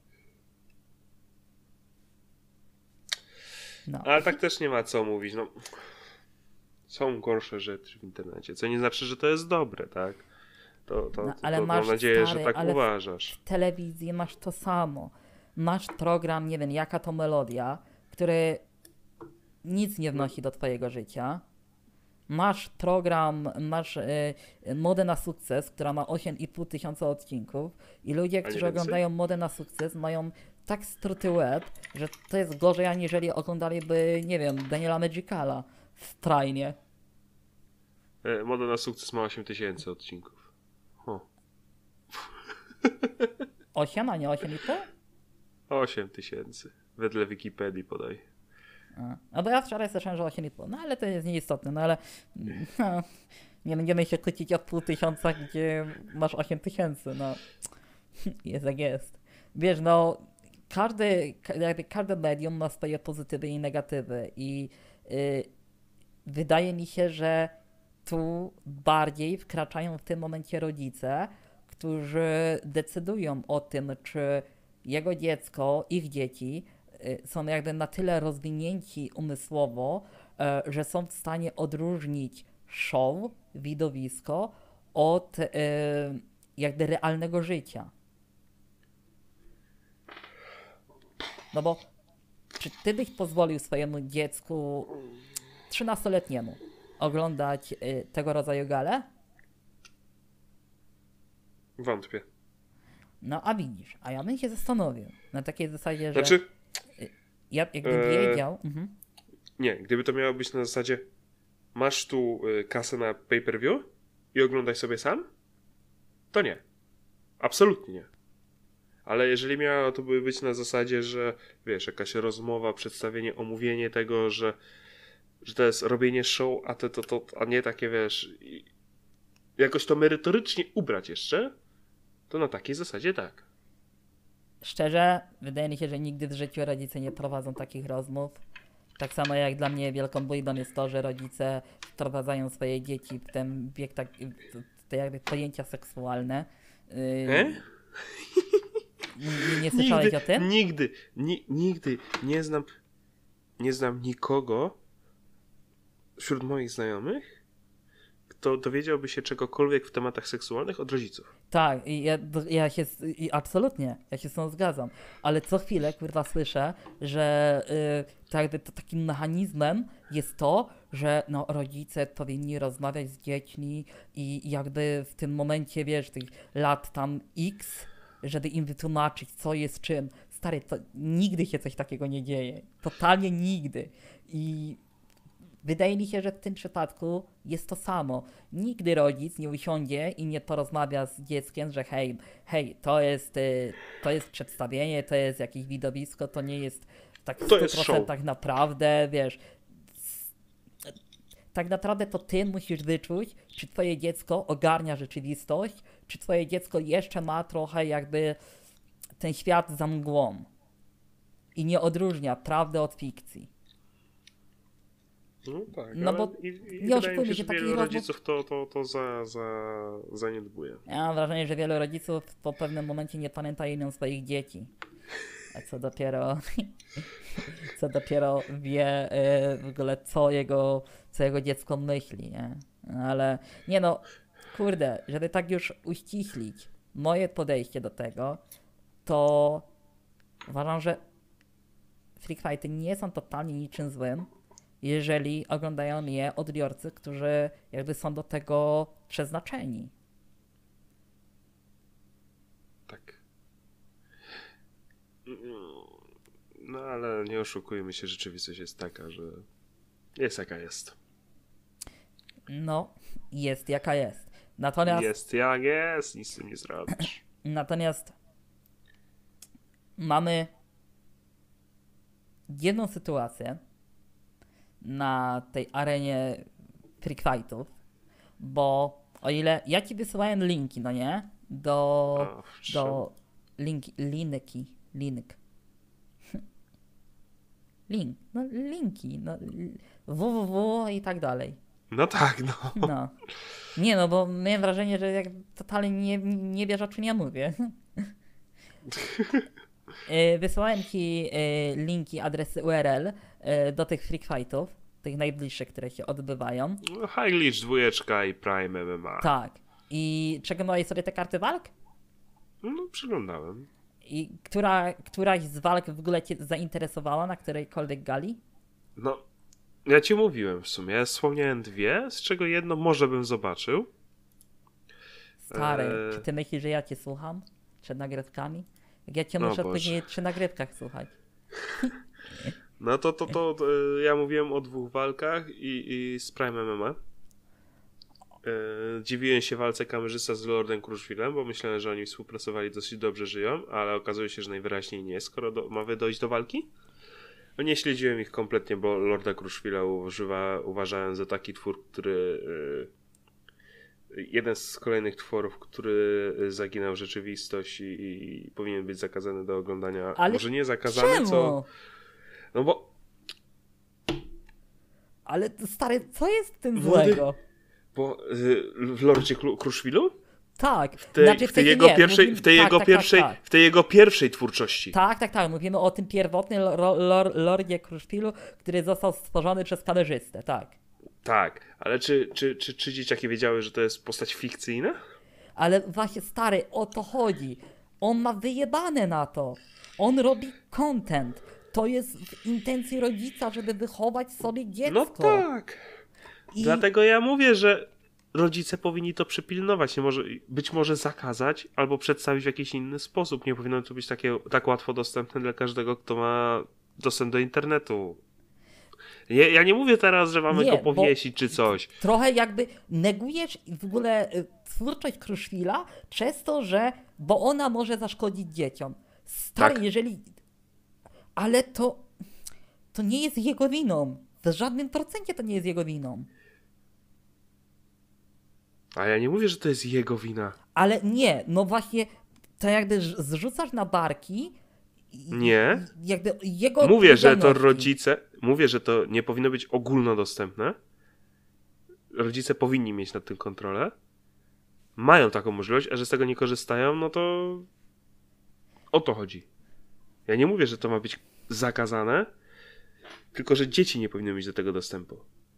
No. Ale tak też nie ma co mówić. No, są gorsze rzeczy w internecie, co nie znaczy, że to jest dobre, tak? To, to, No, to, ale to masz, mam nadzieję, stary, że tak ale w- uważasz. W telewizji masz to samo. Masz program, nie wiem, jaka to melodia, który nic nie wnosi do twojego życia. Masz program, masz y, Modę na sukces, która ma osiem i pół tysiąca odcinków i ludzie, nie którzy więcej? oglądają Modę na sukces, mają tak struty łeb, że to jest gorzej, aniżeli oglądaliby, nie wiem, Daniela Magicala w Prime. E, Moda na sukces ma osiem tysięcy odcinków. O, osiem, a nie osiem i pół? osiem tysięcy. Wedle Wikipedii podaj. A, no bo ja wczoraj słyszałem, że osiem i pół, no ale to jest nieistotne, no ale no, nie będziemy się kłócić o pół tysiąca, gdzie masz osiem tysięcy, no jest jak jest. Wiesz, no każdy, ka- jakby każde medium ma swoje pozytywy i negatywy i y, wydaje mi się, że tu bardziej wkraczają w tym momencie rodzice, którzy decydują o tym, czy jego dziecko, ich dzieci y, są jakby na tyle rozwinięci umysłowo, e, że są w stanie odróżnić show, widowisko od e, jakby realnego życia. No bo czy ty byś pozwolił swojemu dziecku trzynastoletniemu oglądać y, tego rodzaju gale? Wątpię. No a widzisz, a ja bym się zastanowił na takiej zasadzie, że Znaczy, Ja jakbym Eee, wiedział... Mhm. Nie, gdyby to miało być na zasadzie masz tu y, kasę na pay-per-view i oglądaj sobie sam, to nie. Absolutnie nie. Ale jeżeli miało to by być na zasadzie, że wiesz, jakaś rozmowa, przedstawienie, omówienie tego, że, że to jest robienie show, a, to, to, to, a nie takie, wiesz, i jakoś to merytorycznie ubrać jeszcze, to na takiej zasadzie tak. Szczerze, wydaje mi się, że nigdy w życiu rodzice nie prowadzą takich rozmów. Tak samo jak dla mnie wielką bójdą jest to, że rodzice wprowadzają swoje dzieci w ten wiek, tak, w te jakby pojęcia seksualne. E? Yy, nie, nie słyszałeś Nigdy, o tym? nigdy, ni, nigdy nie znam, nie znam nikogo wśród moich znajomych, kto dowiedziałby się czegokolwiek w tematach seksualnych od rodziców. Tak, i ja, ja się, z- i absolutnie, ja się z tą zgadzam, ale co chwilę, kurwa, słyszę, że y, tak jakby to takim mechanizmem jest to, że no, rodzice powinni rozmawiać z dziećmi i jakby w tym momencie, wiesz, tych lat tam X, żeby im wytłumaczyć, co jest czym. Stary, to nigdy się coś takiego nie dzieje. Totalnie nigdy. I wydaje mi się, że w tym przypadku jest to samo. Nigdy rodzic nie usiądzie i nie porozmawia z dzieckiem, że hej, hej, to jest, y, to jest przedstawienie, to jest jakieś widowisko, to nie jest tak w To jest stu show. procentach naprawdę, wiesz. s- Tak naprawdę to ty musisz wyczuć, czy twoje dziecko ogarnia rzeczywistość, czy twoje dziecko jeszcze ma trochę jakby ten świat za mgłą i nie odróżnia prawdy od fikcji. No tak, No ale bo i, i nie wydaje mi oszukujmy się, się, że takich wielu rozmów- rodziców to, to, to za, za, zaniedbuje. Ja mam wrażenie, że wielu rodziców po pewnym momencie nie pamięta imion swoich dzieci. A co dopiero, co dopiero wie y, w ogóle, co jego, co jego dziecko myśli, nie? Ale nie no, kurde, żeby tak już uściślić moje podejście do tego, to uważam, że freak fighty nie są totalnie niczym złym, jeżeli oglądają je odbiorcy, którzy jakby są do tego przeznaczeni. Tak. No ale nie oszukujmy się, rzeczywistość jest taka, że jest jaka jest. No, jest jaka jest. Natomiast, Jest jak jest, nic z tym nie zrobisz. natomiast mamy jedną sytuację na tej arenie freak fightów, bo o ile ja ci wysyłałem linki, no nie? Do, Owszem. do linki, linki, link. Link, no linki, no www i tak dalej. No tak, no. No. Nie no, bo miałem wrażenie, że jak totalnie nie, nie wiesz, o czym ja mówię. Y, Wysyłałem ci y, linki, adresy U R L y, do tych freak fightów, tych najbliższych, które się odbywają. No, High Leech dwójeczka i Prime M M A. Tak. I przeglądałeś sobie te karty walk? No, przyglądałem. I która, któraś z walk w ogóle cię zainteresowała na którejkolwiek gali? No, ja ci mówiłem w sumie. Ja wspomniałem dwie, z czego jedno może bym zobaczył. Stary, Eee. czy ty myślisz, że ja cię słucham? Przed nagrywkami? Jak ja cię O muszę Boże. później przy nagrywkach słuchać. No to, to, to, to e, ja mówiłem o dwóch walkach i, i z Prime M M A. E, dziwiłem się walce kamerzysta z Lordem Crushvillem, bo myślałem, że oni współpracowali, dosyć dobrze żyją, ale okazuje się, że najwyraźniej nie, skoro do, ma dojść do walki. No nie śledziłem ich kompletnie, bo Lorda Crushvilla używa, uważałem za taki twór, który... E, jeden z kolejnych tworów, który zaginał rzeczywistość i, i powinien być zakazany do oglądania. Ale Może nie zakazany, czemu? co... No bo Ale stary, co jest w tym Młody- złego? Bo y, w Lordzie Crushvillu? Tak, W tej, znaczy w w tej sensie jego nie, pierwszej, mówimy- w tej tak, jego tak, pierwszej, tak, tak. w tej jego pierwszej twórczości. Tak, tak, tak. Mówimy o tym pierwotnym lo- lo- Lordzie Crushvillu, który został stworzony przez kamerzystę, tak. Tak, ale czy, czy, czy, czy dzieciaki wiedziały, że to jest postać fikcyjna? Ale właśnie, stary, o to chodzi. On ma wyjebane na to. On robi content. To jest w intencji rodzica, żeby wychować sobie dziecko. No tak. I Dlatego ja mówię, że rodzice powinni to przypilnować. Nie może, być może zakazać albo przedstawić w jakiś inny sposób. Nie powinno to być takie, tak łatwo dostępne dla każdego, kto ma dostęp do internetu. Ja, ja nie mówię teraz, że mamy Nie, go powiesić czy coś. Trochę jakby negujesz w ogóle y, twórczość Kruszwila przez to, że bo ona może zaszkodzić dzieciom. Stary, Tak. jeżeli... Ale to... To nie jest jego winą. W żadnym procencie to nie jest jego winą. A ja nie mówię, że to jest jego wina. Ale nie, no właśnie, to jakby ż- zrzucasz na barki... i- Nie. i- Jakby jego Mówię, że to odpowiedzialności. rodzice... Mówię, że to nie powinno być ogólnodostępne. Rodzice powinni mieć nad tym kontrolę. Mają taką możliwość, a że z tego nie korzystają, no to... O to chodzi. Ja nie mówię, że to ma być zakazane, tylko że dzieci nie powinny mieć do tego dostępu.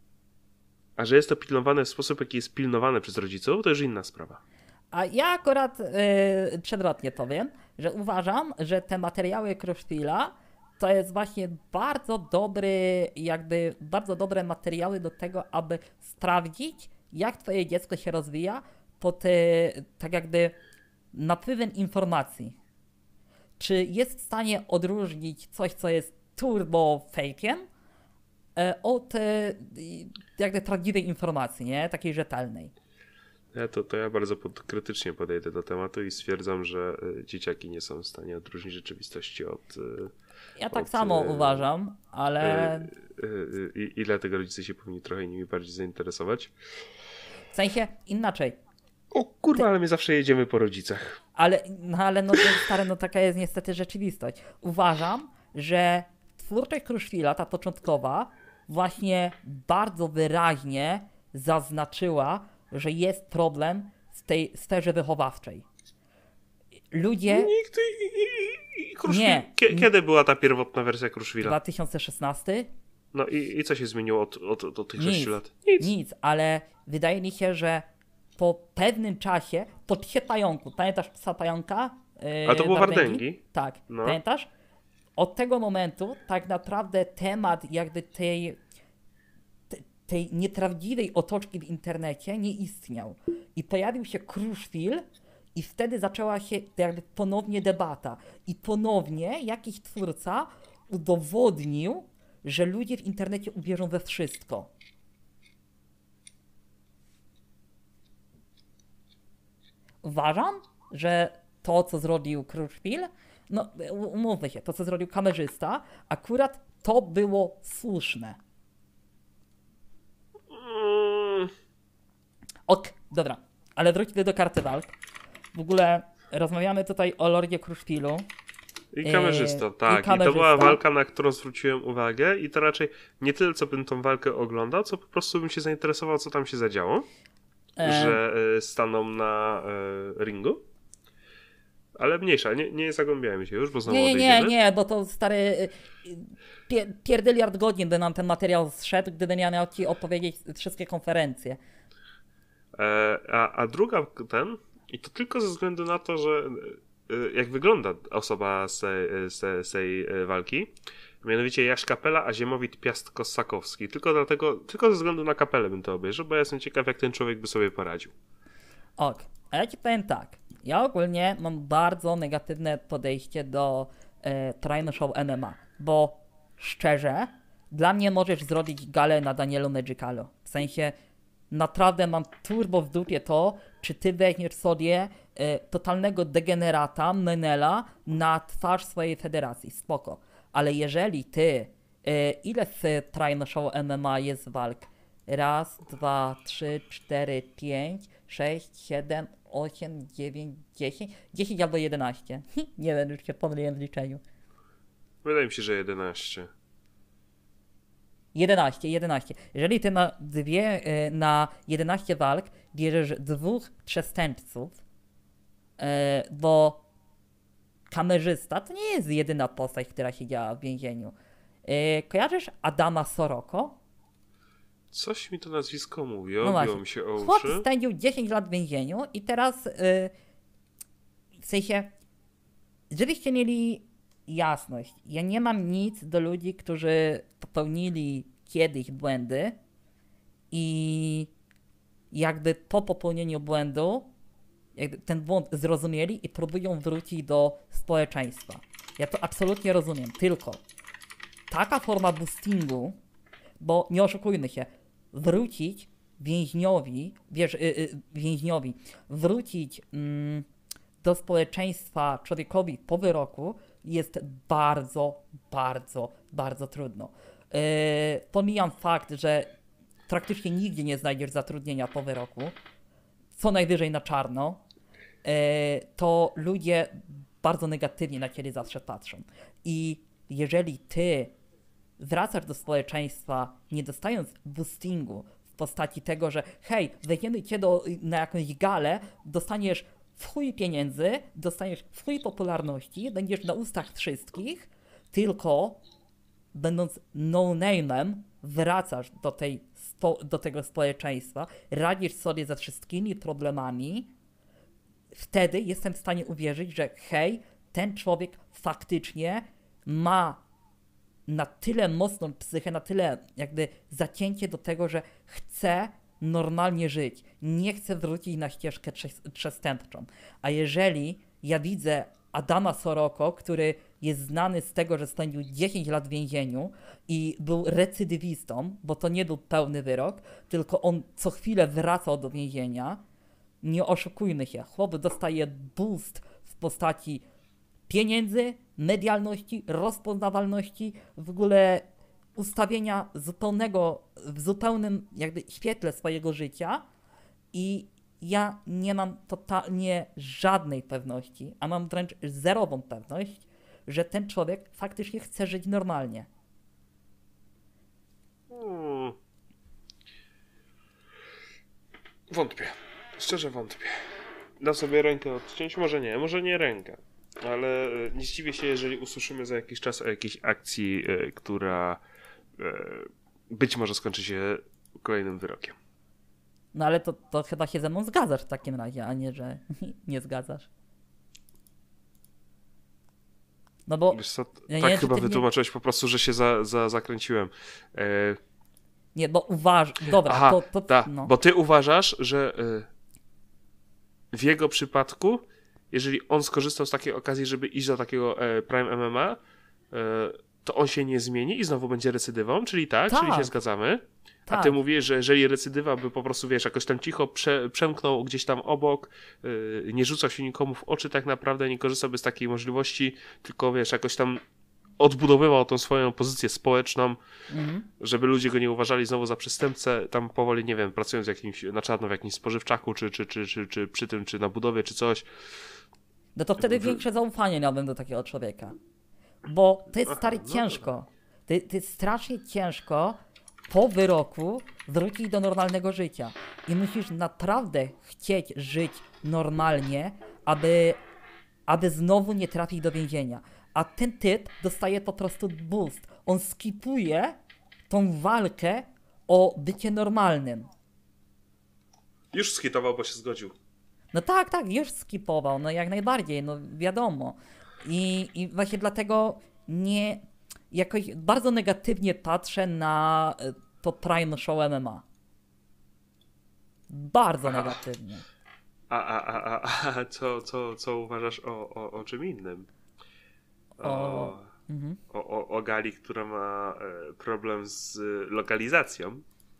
A że jest to pilnowane w sposób, jaki jest pilnowane przez rodziców, to już inna sprawa. A ja akurat yy, przewrotnie powiem, że uważam, że te materiały Kruszwila to jest właśnie bardzo dobry, jakby bardzo dobre materiały do tego, aby sprawdzić, jak twoje dziecko się rozwija pod yy, tak jakby napływem informacji. Czy jest w stanie odróżnić coś, co jest turbo fake'iem, yy, od yy, jakby prawdziwej informacji, nie? Takiej rzetelnej. Ja to, to ja bardzo pod, krytycznie podejdę do tematu i stwierdzam, że y, dzieciaki nie są w stanie odróżnić rzeczywistości od... Y, Ja tak od, samo y, uważam, ale y, y, y, I dlatego rodzice się powinni trochę nimi bardziej zainteresować. w sensie inaczej. O kurwa, ale my zawsze jedziemy po rodzicach. Ale, no ale no to stare, no taka jest niestety rzeczywistość. Uważam, że twórczość Kruszwila, ta początkowa, właśnie bardzo wyraźnie zaznaczyła, że jest problem w tej sferze wychowawczej. Ludzie Nikt i, i, i Kruszwil. Nie. Kie- Kiedy była ta pierwotna wersja Kruszwila? dwa tysiące szesnasty No i, i co się zmieniło od, od, od tych Nic. sześciu lat? Nic. Nic, ale wydaje mi się, że po pewnym czasie, po psie pająku, pamiętasz psa pająka? Yy, A to było Wardęgi? Wardęgi? Tak, No. pamiętasz? Od tego momentu tak naprawdę temat jakby tej, te- tej nieprawdziwej otoczki w internecie nie istniał. I pojawił się Kruszwil i wtedy zaczęła się jakby ponownie debata. I ponownie jakiś twórca udowodnił, że ludzie w internecie uwierzą we wszystko. Uważam, że to, co zrobił Kruszwil, no umówmy się, to, co zrobił kamerzysta, akurat to było słuszne. Mm, Ok, dobra, ale wróćmy do karty walk. W ogóle rozmawiamy tutaj o Lordzie Kruszwilu. I kamerzysta, Yy, tak. i I, kamerzysta. to była walka, na którą zwróciłem uwagę i to raczej nie tyle, co bym tą walkę oglądał, co po prostu bym się zainteresował, co tam się zadziało. E, Że y, staną na y, ringu. Ale mniejsza, nie, nie zagłębiałem się już, bo znowu Nie, nie, nie, odejdziemy. nie, bo to stary y, y, pier, pierdyliard godzin by nam ten materiał zszedł, gdybym ja miał ci opowiedzieć wszystkie konferencje. E, a, a druga ten, i to tylko ze względu na to, że y, jak wygląda osoba z tej, z tej, z tej y, walki, mianowicie Jaś Kapela, a Ziemowit Piast-Kosakowski. Tylko dlatego, tylko ze względu na kapelę bym to obejrzał, bo ja jestem ciekaw, jak ten człowiek by sobie poradził. Ok, a ja ci powiem tak. Ja ogólnie mam bardzo negatywne podejście do e, Trainer Show M M A, bo szczerze, dla mnie możesz zrobić galę na Danielu Magicalu. W sensie, naprawdę mam turbo w dupie to, czy ty weźmiesz sobie e, totalnego degenerata, menela na twarz swojej federacji. Spoko. Ale jeżeli ty, e, ile w Trainer Show M M A jest walk? Raz, dwa, trzy, cztery, pięć, sześć, siedem, osiem, dziewięć, dziesięć, dziesięć albo jedenaście. Nie wiem, już się pomyliłem w liczeniu. Wydaje mi się, że jedenaście. jedenaście, jedenaście. Jeżeli ty na dwie, e, na jedenaście walk bierzesz dwóch przestępców, e, bo kamerzysta to nie jest jedyna postać, która siedziała w więzieniu. E, kojarzysz Adama Soroko? Coś mi to nazwisko mówi, No obiło właśnie. mi się o Chłop uszy. spędził dziesięć lat w więzieniu i teraz, yy, w sensie, żebyście mieli jasność, ja nie mam nic do ludzi, którzy popełnili kiedyś błędy i jakby po popełnieniu błędu jakby ten błąd zrozumieli i próbują wrócić do społeczeństwa. Ja to absolutnie rozumiem, tylko taka forma boostingu, bo nie oszukujmy się, wrócić więźniowi, wiesz, yy, yy, więźniowi, wrócić yy, do społeczeństwa człowiekowi po wyroku jest bardzo, bardzo, bardzo trudno. Yy, pomijam fakt, że praktycznie nigdzie nie znajdziesz zatrudnienia po wyroku, co najwyżej na czarno, yy, to ludzie bardzo negatywnie na ciebie zawsze patrzą. I jeżeli ty wracasz do społeczeństwa, nie dostając boostingu w postaci tego, że hej, weźmiemy cię do, na jakąś galę, dostaniesz w chuj pieniędzy, dostaniesz w chuj popularności, będziesz na ustach wszystkich, tylko będąc no-name'em wracasz do, tej, spo, do tego społeczeństwa, radzisz sobie ze wszystkimi problemami, wtedy jestem w stanie uwierzyć, że hej, ten człowiek faktycznie ma na tyle mocną psychę, na tyle jakby zacięcie do tego, że chce normalnie żyć, nie chce wrócić na ścieżkę przestępczą. A jeżeli ja widzę Adama Soroko, który jest znany z tego, że spędził dziesięć lat w więzieniu i był recydywistą, bo to nie był pełny wyrok, tylko on co chwilę wracał do więzienia, nie oszukujmy się, chłop dostaje boost w postaci pieniędzy, medialności, rozpoznawalności, w ogóle ustawienia zupełnego, w zupełnym jakby świetle swojego życia i ja nie mam totalnie żadnej pewności, a mam wręcz zerową pewność, że ten człowiek faktycznie chce żyć normalnie. Hmm. Wątpię. Szczerze wątpię. Dam sobie rękę odciąć, może nie, może nie rękę. Ale nie zdziwię się, jeżeli usłyszymy za jakiś czas o jakiejś akcji, e, która e, być może skończy się kolejnym wyrokiem. No ale to, to chyba się ze mną zgadzasz w takim razie, a nie, że nie zgadzasz. No bo... Wiesz co, ja tak nie, chyba nie... wytłumaczyłeś po prostu, że się za, za, zakręciłem. E... Nie, bo uważ... Dobra, Aha, to... to ta, no. bo ty uważasz, że e, w jego przypadku, jeżeli on skorzystał z takiej okazji, żeby iść do takiego e, Prime M M A, e, to on się nie zmieni i znowu będzie recydywą, czyli tak, tak. czyli się zgadzamy. Tak. A ty mówisz, że jeżeli recydywa by po prostu, wiesz, jakoś tam cicho prze, przemknął gdzieś tam obok, yy, nie rzucał się nikomu w oczy tak naprawdę, nie korzystałby z takiej możliwości, tylko wiesz, jakoś tam odbudowywał tą swoją pozycję społeczną, mhm. żeby ludzie go nie uważali znowu za przestępcę, tam powoli, nie wiem, pracując w jakimś, na czarno w jakimś spożywczaku, czy, czy, czy, czy, czy przy tym, czy na budowie, czy coś. No to wtedy większe zaufanie miałbym do takiego człowieka. Bo to jest Aha, stary no ciężko. To, to jest strasznie ciężko po wyroku wrócić do normalnego życia. I musisz naprawdę chcieć żyć normalnie, aby, aby znowu nie trafić do więzienia. A ten typ dostaje po prostu boost. On skipuje tą walkę o bycie normalnym. Już skitował, bo się zgodził. No tak, tak, już skipował, no jak najbardziej, no wiadomo. I, i właśnie dlatego nie, jakoś bardzo negatywnie patrzę na to Prime Show M M A. Bardzo Aha. negatywnie. A, a, a, a, a co, co, co uważasz o, o, o czym innym? O, O, mhm. o, o, o Gali, która ma e, problem z lokalizacją.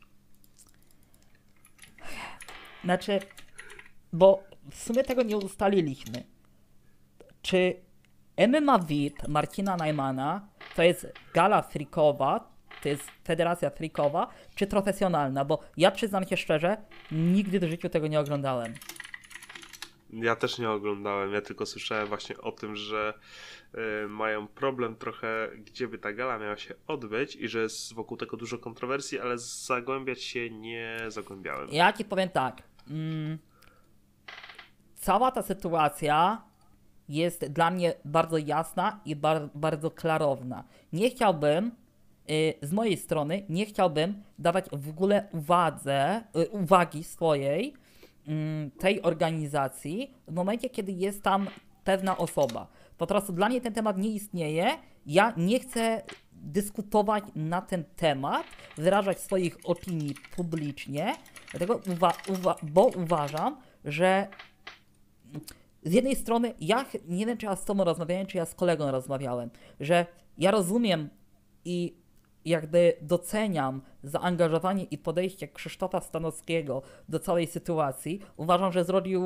Znaczy, bo w sumie tego nie ustaliliśmy. Czy M M A V I P Marcina Najmana to jest gala freakowa, to jest federacja freakowa, czy profesjonalna? Bo ja przyznam się szczerze, nigdy w życiu tego nie oglądałem. Ja też nie oglądałem, ja tylko słyszałem właśnie o tym, że y, mają problem trochę, gdzie by ta gala miała się odbyć i że jest wokół tego dużo kontrowersji, ale zagłębiać się nie zagłębiałem. Ja ci powiem tak. Mm, cała ta sytuacja jest dla mnie bardzo jasna i bar- bardzo klarowna. Nie chciałbym, y, z mojej strony, nie chciałbym dawać w ogóle uwadze, y, uwagi swojej y, tej organizacji w momencie, kiedy jest tam pewna osoba. Po prostu dla mnie ten temat nie istnieje. Ja nie chcę dyskutować na ten temat, wyrażać swoich opinii publicznie, dlatego uwa- uwa- bo uważam, że z jednej strony, ja nie wiem, czy ja z tobą rozmawiałem, czy ja z kolegą rozmawiałem, że ja rozumiem i jakby doceniam zaangażowanie i podejście Krzysztofa Stanowskiego do całej sytuacji. Uważam, że zrobił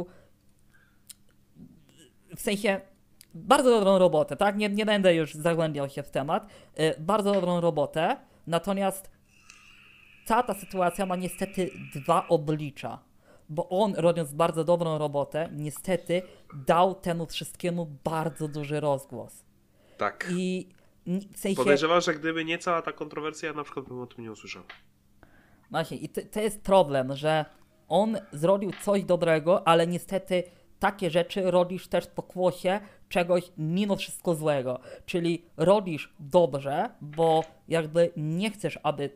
w sensie bardzo dobrą robotę, tak? Nie, nie będę już zagłębiał się w temat. Yy, bardzo dobrą robotę, natomiast cała ta sytuacja ma niestety dwa oblicza, bo on, robiąc bardzo dobrą robotę, niestety dał temu wszystkiemu bardzo duży rozgłos. Tak. I w sensie... Podejrzewam, że gdyby nie cała ta kontrowersja, na przykład bym o tym nie usłyszał. Właśnie, i to, to jest problem, że on zrobił coś dobrego, ale niestety takie rzeczy robisz też w pokłosie czegoś mimo wszystko złego. Czyli robisz dobrze, bo jakby nie chcesz, aby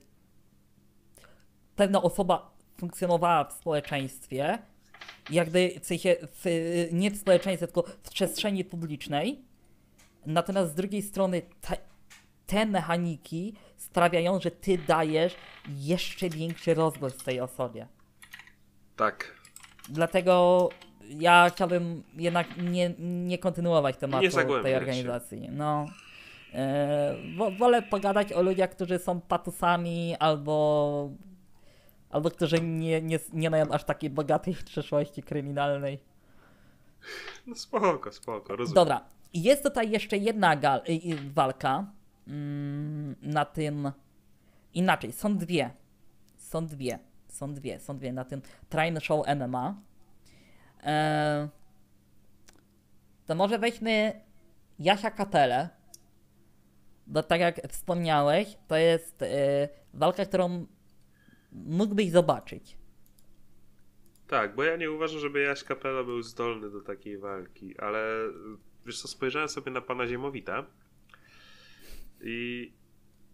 pewna osoba funkcjonowała w społeczeństwie, jakby w sensie w, nie w społeczeństwie, tylko w przestrzeni publicznej. Natomiast z drugiej strony te, te mechaniki sprawiają, że ty dajesz jeszcze większy rozgłos tej osobie. Tak. Dlatego ja chciałbym jednak nie, nie kontynuować tematu Nie tej organizacji. Się. No, yy, wolę pogadać o ludziach, którzy są patusami albo, albo którzy nie, nie, nie mają aż takiej bogatej przeszłości kryminalnej. No spoko, spoko, rozumiem. Dobra, jest tutaj jeszcze jedna gal- y, y, walka mm, na tym... Inaczej, są dwie. Są dwie. Są dwie. Są dwie na tym Train Show M M A. Eee, to może weźmy Jasia Kapelę. Bo tak jak wspomniałeś, to jest e, walka, którą mógłbyś zobaczyć. Tak, bo ja nie uważam, żeby Jaś Kapela był zdolny do takiej walki, ale wiesz co, spojrzałem sobie na pana Ziemowita i...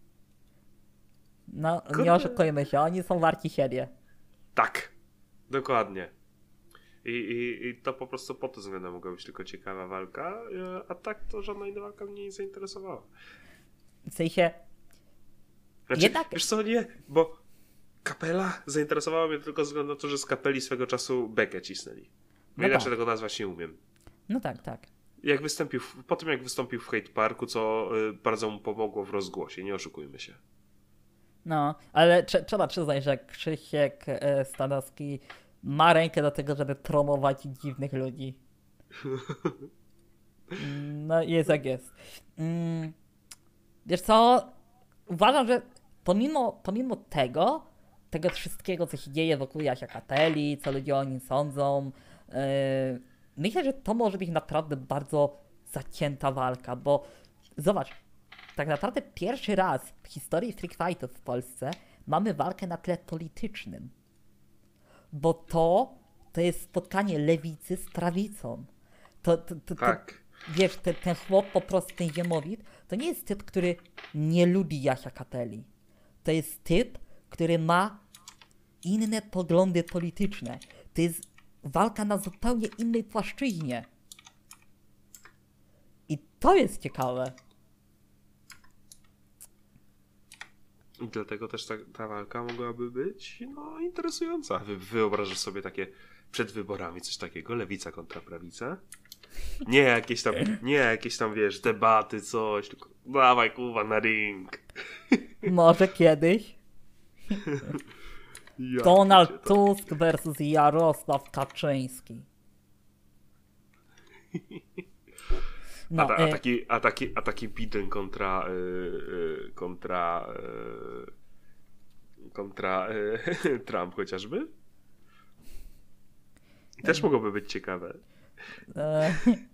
No, Kurde. nie oszukujmy się, oni są warci siebie. Tak, dokładnie. I, i, I to po prostu pod tym względem mogła być tylko ciekawa walka, a tak to żadna inna walka mnie nie zainteresowała. W sensie... Znaczy, Jednak... wiesz co, nie, bo Kapela zainteresowała mnie tylko ze względu na to, że z Kapeli swego czasu bekę cisnęli. No Inaczej tak. tego nazwać nie umiem. No tak, tak. Jak wystąpił, w- po tym jak wystąpił w Hate Parku, co y, bardzo mu pomogło w rozgłosie, nie oszukujmy się. No, ale trze- trzeba przyznać, że Krzysiek e, Stanowski ma rękę do tego, żeby promować dziwnych ludzi. No, jest jak jest. Mm, wiesz co? Uważam, że pomimo, pomimo tego, tego wszystkiego, co się dzieje wokół Jasia Kapeli, co ludzie o nim sądzą, yy, myślę, że to może być naprawdę bardzo zacięta walka, bo zobacz, tak naprawdę pierwszy raz w historii Street Fightów w Polsce mamy walkę na tle politycznym. Bo to, to jest spotkanie lewicy z prawicą. To, to, to, to, Tak. wiesz, ten, ten chłop po prostu, ten Ziemowit, to nie jest typ, który nie lubi Jasia Kapeli. To jest typ, który ma inne poglądy polityczne. To jest walka na zupełnie innej płaszczyźnie. I to jest ciekawe. I dlatego też ta, ta walka mogłaby być no, interesująca. Wy, wyobrażasz sobie takie przed wyborami coś takiego, lewica kontra prawica? Nie jakieś tam, nie jakieś tam, wiesz, debaty, coś, tylko dawaj kurwa na ring. Może kiedyś. Ja Donald cię to- Tusk versus Jarosław Kaczyński. A, No, ta, a, e, taki, a, taki, a taki Biden kontra y, y, kontra y, kontra y, Trump chociażby? Też mogłoby być ciekawe. e,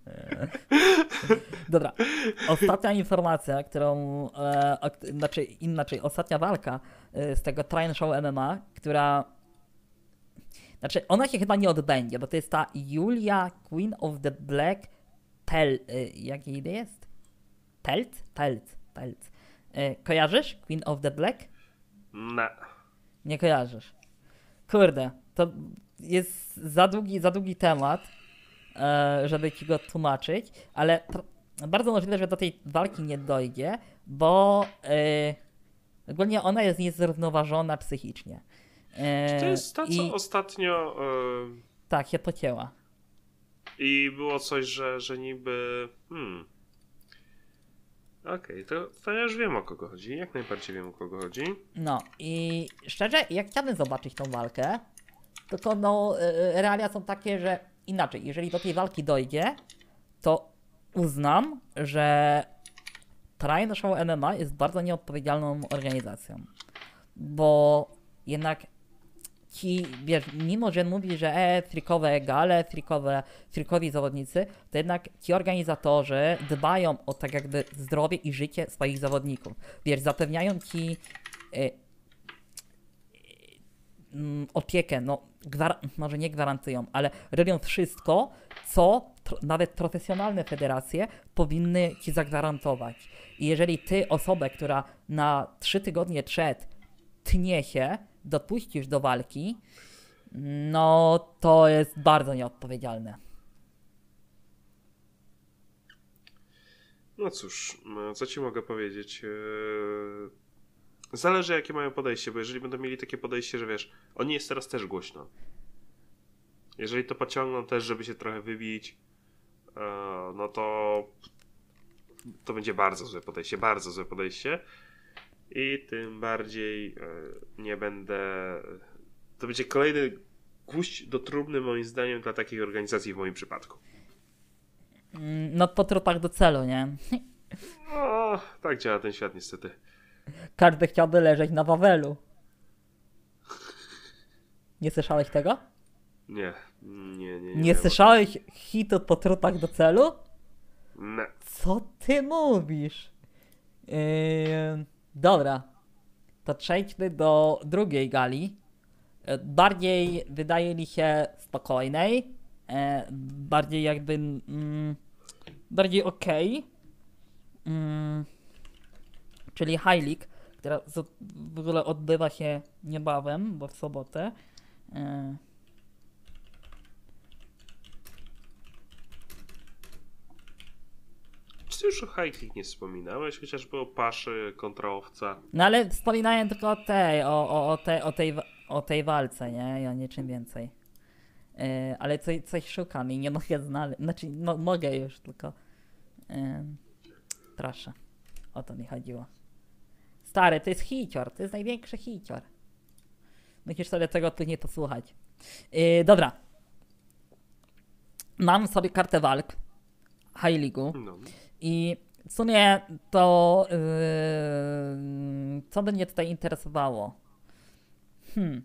Dobra. Ostatnia informacja, którą. E, o, znaczy, inaczej, ostatnia walka e, z tego Train Show M M A, która. Znaczy, ona się chyba nie odbędzie, bo to jest ta Julia Queen of the Black Pel. E, jak jej jest? Pelt? Pelt. Pelt. E, kojarzysz Queen of the Black? No. Nie kojarzysz. Kurde, to jest za długi, za długi temat, e, żeby ci go tłumaczyć, ale pr- bardzo możliwe, że do tej walki nie dojdzie, bo e, ogólnie ona jest niezrównoważona psychicznie. E, To jest ta, co i ostatnio y, tak, się pocięła. i było coś, że, że niby hmm, no, okej, to, to ja już wiem, o kogo chodzi. Jak najbardziej wiem, o kogo chodzi. No i szczerze, ja chciałbym zobaczyć tą walkę, tylko no y, realia są takie, że inaczej, jeżeli do tej walki dojdzie, to uznam, że Triangle Show M M A jest bardzo nieodpowiedzialną organizacją, bo jednak ci, wiesz, mimo że mówi, że e, frikowe gale, frikowe, frikowi zawodnicy, to jednak ci organizatorzy dbają o tak jakby zdrowie i życie swoich zawodników. Wiesz, zapewniają ci y, y, y, opiekę, no gwar- może nie gwarantują, ale robią wszystko, co tr- nawet profesjonalne federacje powinny ci zagwarantować. I jeżeli ty osobę, która na trzy tygodnie przed tnie się, dopuścisz do walki, no to jest bardzo nieodpowiedzialne. No cóż, no, co ci mogę powiedzieć? Eee, Zależy, jakie mają podejście, bo jeżeli będą mieli takie podejście, że wiesz, oni jest teraz też głośno. Jeżeli to pociągną też, żeby się trochę wybić, eee, no to to będzie bardzo złe podejście, bardzo złe podejście. I tym bardziej e, nie będę. To będzie kolejny gwóźdź do trumny, moim zdaniem, dla takich organizacji w moim przypadku. No po trupach do celu, nie? O, tak działa ten świat niestety. Każdy chciałby leżeć na Wawelu. Nie słyszałeś tego? Nie, nie, nie. Nie, Nie słyszałeś hitu po trupach do celu? Nie. Co ty mówisz? Yy, dobra, to przejdźmy do drugiej gali. Yy, Bardziej wydaje mi się spokojnej. Yy, bardziej jakby... Mm, bardziej okej. Yy, czyli High League, która z- w ogóle odbywa się niebawem, bo w sobotę. Yy, Czy ty już o High League nie wspominałeś? Chociażby o Paszy kontra Owca. No ale wspominałem tylko o tej, o, o, o, te, o, tej, wa- o tej walce, nie? I o niczym więcej. Yy, ale coś, coś szukam i nie mogę znaleźć. Znaczy, no, mogę już, tylko... Yy, proszę. O to mi chodziło. Stary, to jest hicior, to jest największy hicior. Musisz sobie tego później posłuchać. Yy, dobra. Mam sobie kartę walk High League'u. No. I w sumie to, yy, co by mnie tutaj interesowało? Hmm.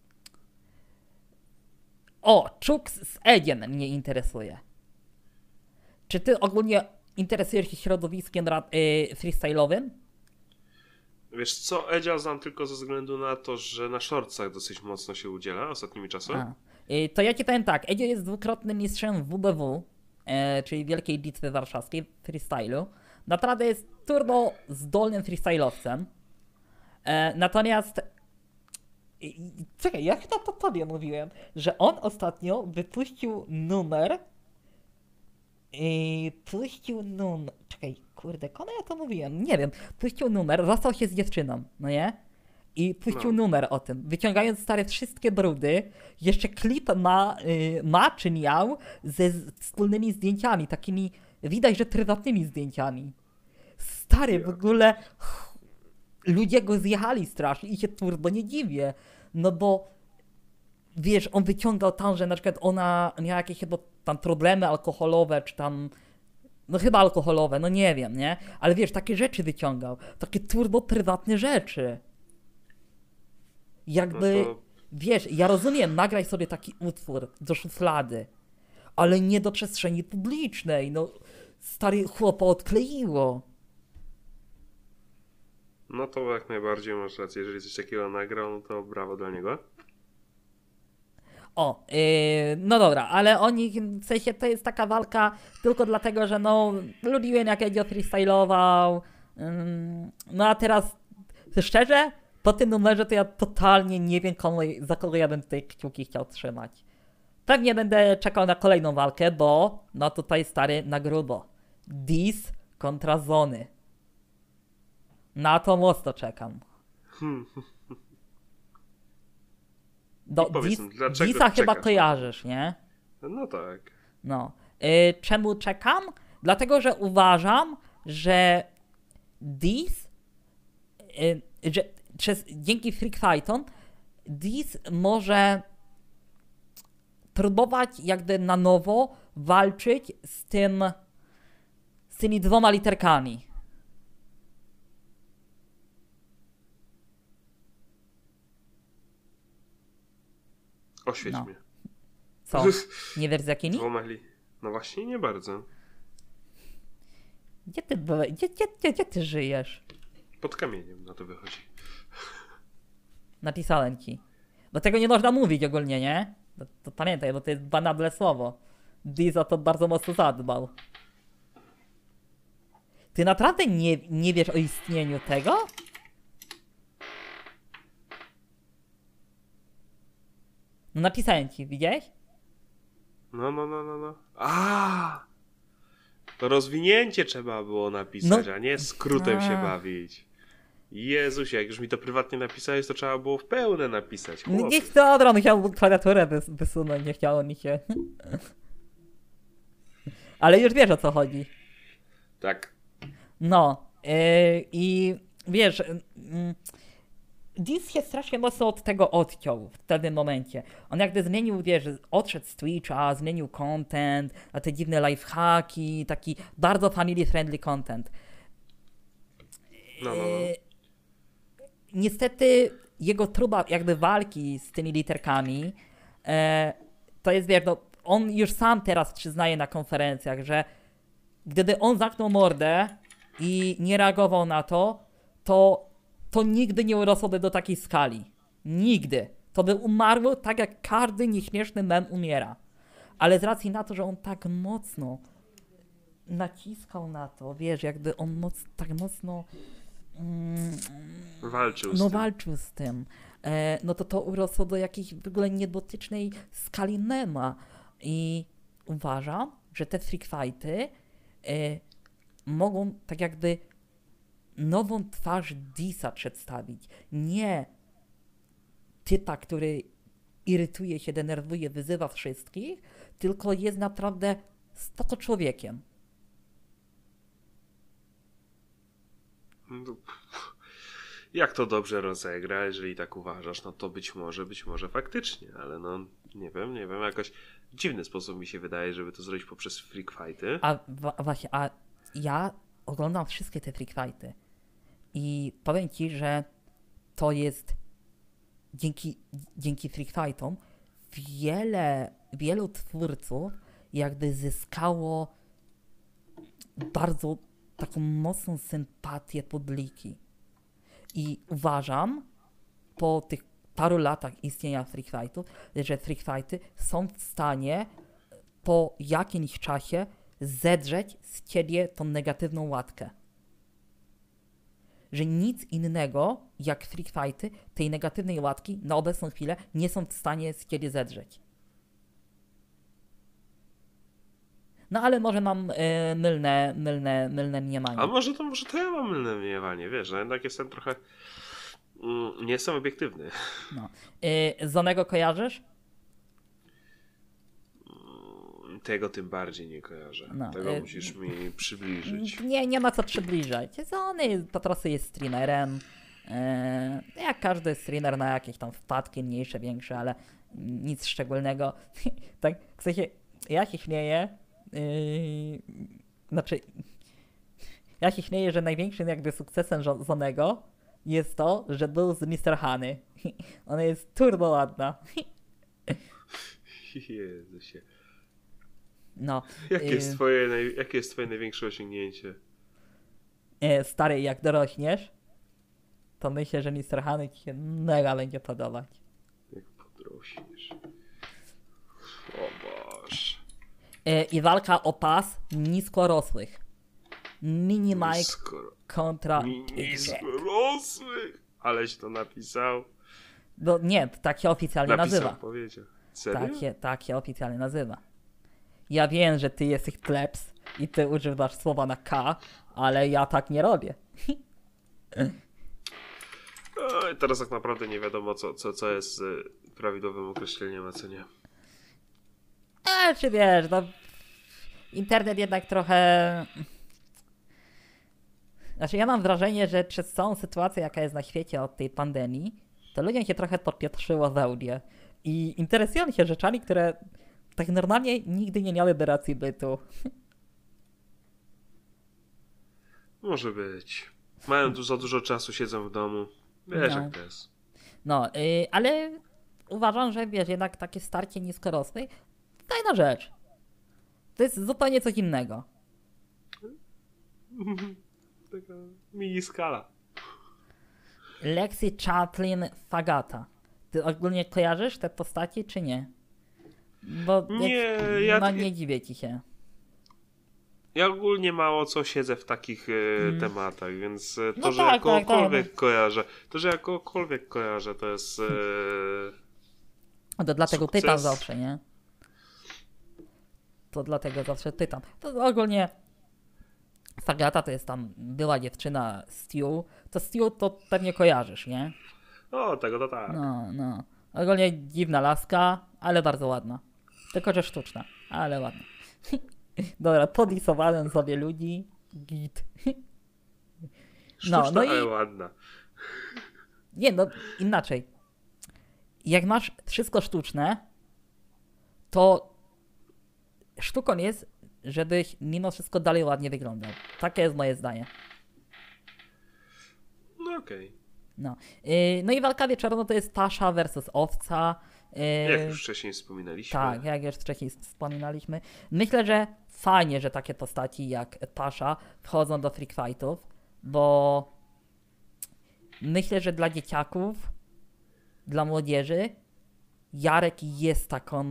O, Chuks z Edziem mnie interesuje. Czy ty ogólnie interesujesz się środowiskiem ra- yy, freestyle'owym? Wiesz co, Edzia znam tylko ze względu na to, że na shortsach dosyć mocno się udziela ostatnimi czasy. A. Yy, to ja ci powiem tak, Edzio jest dwukrotnym mistrzem W B W, e, czyli Wielkiej Bitwy Warszawskiej w freestylu. Naprawdę jest turbo zdolnym freestylowcem. E, natomiast i- i- czekaj, jak na to tobie mówiłem, że on ostatnio wypuścił numer i puścił numer, czekaj, kurde, komu ja to mówiłem? Nie wiem, puścił numer, zastał się z dziewczyną, no nie? I puścił No. numer o tym, wyciągając stare wszystkie brudy. Jeszcze klip ma, y, ma czy miał ze z- wspólnymi zdjęciami, takimi, widać, że prywatnymi zdjęciami. Stary, w ogóle ludzie go zjechali strasznie i się turbo nie dziwię. No bo wiesz, on wyciągał tam, że na przykład ona miała jakieś chyba tam problemy alkoholowe, czy tam no chyba alkoholowe, no nie wiem, nie? Ale wiesz, takie rzeczy wyciągał, takie turbo prywatne rzeczy. Jakby, No to- wiesz, ja rozumiem, nagraj sobie taki utwór do szuflady, ale nie do przestrzeni publicznej, no stary chłopa odkleiło. No to jak najbardziej masz rację, jeżeli coś takiego nagrał, no to brawo dla niego. O, yy, no dobra, ale oni, w sensie to jest taka walka tylko dlatego, że no lubiłem jak Edzio freestylował, ym, no a teraz szczerze, po tym numerze to ja totalnie nie wiem komu, za kogo ja bym tutaj kciuki chciał trzymać. Pewnie będę czekał na kolejną walkę, bo no tutaj stary na grubo. Dis kontra Zony. Na to mocno czekam. Hmm. Do, I powiedz Dis, mi, dlaczego Disa chyba czekasz? kojarzysz, nie? No tak. No. Y, czemu czekam? Dlatego, że uważam, że Dis, y, że przez, dzięki freak fightom Dis może próbować jakby na nowo walczyć z tym, z tymi dwoma literkami. Oświeć No. mnie. Co? Nie wiesz z jakimi? Dwoma li... No właśnie, nie bardzo. Gdzie ty byłeś? Gdzie, gdzie, gdzie, gdzie ty żyjesz? Pod kamieniem na to wychodzi. Napisałem ci. Bo tego nie można mówić ogólnie, nie? To, to pamiętaj, bo to jest banable słowo. Dis o to bardzo mocno zadbał. Ty naprawdę nie, nie wiesz o istnieniu tego? No napisałem ci, widziałeś? No, no, no, no, no. A! To rozwinięcie trzeba było napisać, No. a nie skrótem się A. bawić. Jezusie, jak już mi to prywatnie napisałeś, to trzeba było w pełne napisać. No Chłopie. nie dobra, on chciał klawiaturę wys wysunąć, nie chciało mi się. Ale już wiesz o co chodzi. Tak. No yy, i wiesz, yy, Dis się strasznie mocno od tego odciął w pewnym momencie. On jakby zmienił, wiesz, odszedł z Twitcha, zmienił content, na te dziwne lifehacki, taki bardzo family friendly content. No, no, no. Yy, niestety jego próba jakby walki z tymi literkami e, to jest, wiesz, no, on już sam teraz przyznaje na konferencjach, że gdyby on zamknął mordę i nie reagował na to, to, to nigdy nie urosłoby do takiej skali. Nigdy. To by umarło tak jak każdy nieśmieszny mem umiera. Ale z racji na to, że on tak mocno naciskał na to, wiesz, jakby on moc, tak mocno mm, Walczył z no tym. walczył z tym, e, no to to urosło do jakiejś w ogóle niedotycznej skali mema. I uważam, że te freak fighty e, mogą tak jakby nową twarz Disa przedstawić. Nie typa, który irytuje się, denerwuje, wyzywa wszystkich, tylko jest naprawdę spoko człowiekiem. No, jak to dobrze rozegra, jeżeli tak uważasz, no to być może, być może faktycznie, ale no nie wiem, nie wiem, jakoś w dziwny sposób mi się wydaje, żeby to zrobić poprzez freak fighty. A wa- właśnie, a ja oglądam wszystkie te freak fighty i powiem ci, że to jest dzięki, dzięki freak fightom wiele, wielu twórców jakby zyskało bardzo taką mocną sympatię publiki. I uważam, po tych paru latach istnienia freak fightów, że freak fighty są w stanie po jakimś czasie zedrzeć z ciebie tą negatywną łatkę. Że nic innego jak freak fighty tej negatywnej łatki na obecną chwilę nie są w stanie z ciebie zedrzeć. No ale może mam e, mylne, mylne, mylne mniemanie. A może to, może to ja mam mylne mniemanie, wiesz, że jednak jestem trochę, mm, nie jestem obiektywny. No. E, Zonego kojarzysz? Tego tym bardziej nie kojarzę. No, Tego y- musisz mi przybliżyć. Nie, nie ma co przybliżać. Zony po prostu jest streamerem. E, jak każdy streamer na jakieś tam wpadki, mniejsze, większe, ale nic szczególnego. Tak, w sensie, ja się śmieję. Yy, znaczy, ja się śmieję, że największym jakby sukcesem żo- Zonego jest to, że był z mister Hany. Ona jest turbo ładna. Jezusie. No. Jakie jest yy, twoje, naj... jakie jest twoje największe osiągnięcie? yy, stary, jak dorośniesz, to myślę, że mister Hany ci się mega będzie podobać. Jak podrośniesz. O Boże. Yy, I walka o pas niskorosłych. Mini Mike Skoro... kontra Niskorosłych! Aleś to napisał. No nie, tak się oficjalnie Napisał, nazywa. powiedział. Serio? Tak się, tak się oficjalnie nazywa. Ja wiem, że ty jesteś plebs i ty używasz słowa na K, ale ja tak nie robię. No, i teraz tak naprawdę nie wiadomo, co, co, co jest y, prawidłowym określeniem, a co nie. E, czy wiesz, no... Internet jednak trochę... Znaczy ja mam wrażenie, że przez całą sytuację, jaka jest na świecie od tej pandemii, to ludziom się trochę podpieprzyło w Audię. I interesują się rzeczami, które tak normalnie nigdy nie miałyby racji bytu. Może być. Mają tu za dużo czasu, siedzą w domu. Wiesz No. jak to jest. No, yy, ale uważam, że wiesz, jednak takie starcie niskorosłej, fajna rzecz. To jest zupełnie coś innego. Taka mini skala. Lexi Chaplin Fagata. Ty ogólnie kojarzysz te postaci, czy nie? Bo Nie, jak, ja- no, nie dziwię ci się. Ja ogólnie mało co siedzę w takich e, Mm. tematach, więc e, to, No że tak, tak, jakokolwiek tak. kojarzę, to, że jakokolwiek kojarzę, to jest... E, No to dlatego Sukces. pytam zawsze, nie? To dlatego zawsze pytam. To ogólnie Fagata to jest tam była dziewczyna Stu. To Stu to pewnie kojarzysz, nie? o, tego to tak. No, no. Ogólnie dziwna laska, ale bardzo ładna. Tylko, że sztuczna, ale ładna. Dobra, podisowałem sobie ludzi. Git. Sztuczna, no, no i- ale ładna. Nie, no inaczej. Jak masz wszystko sztuczne, to sztuką jest, żebyś mimo wszystko dalej ładnie wyglądał. Takie jest moje zdanie. No okej. No, yy, no i walka wieczorna to jest Pasza versus Owca. Yy, Jak już wcześniej wspominaliśmy. Tak, jak już wcześniej wspominaliśmy. Myślę, że fajnie, że takie postaci jak Pasza wchodzą do freak fightów, bo myślę, że dla dzieciaków, dla młodzieży, Jarek jest taką.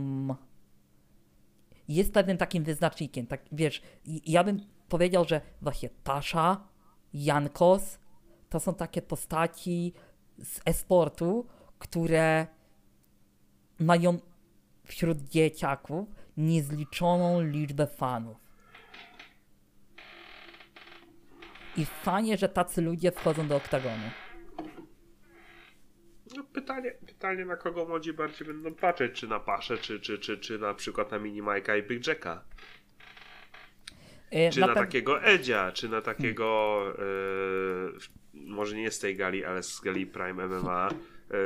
Jest pewnym takim wyznacznikiem. Tak, wiesz, i- ja bym powiedział, że właśnie Pasza, Jankos to są takie postaci z e-sportu, które mają wśród dzieciaków niezliczoną liczbę fanów. I fajnie, że tacy ludzie wchodzą do oktagonu. No, pytanie, pytanie, na kogo młodzi bardziej będą patrzeć, czy na Paszę, czy, czy, czy, czy na przykład na Mini Majka i Big Jacka. Yy, Czy na, pe- takiego Edzia, czy na takiego, e, może nie z tej gali, ale z gali Prime M M A, e,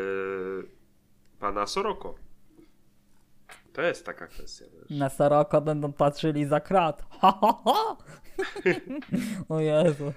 pana Soroko. To jest taka kwestia. Wiesz. Na Soroko będą patrzyli za krat. Ha, ha, ha. O Jezu.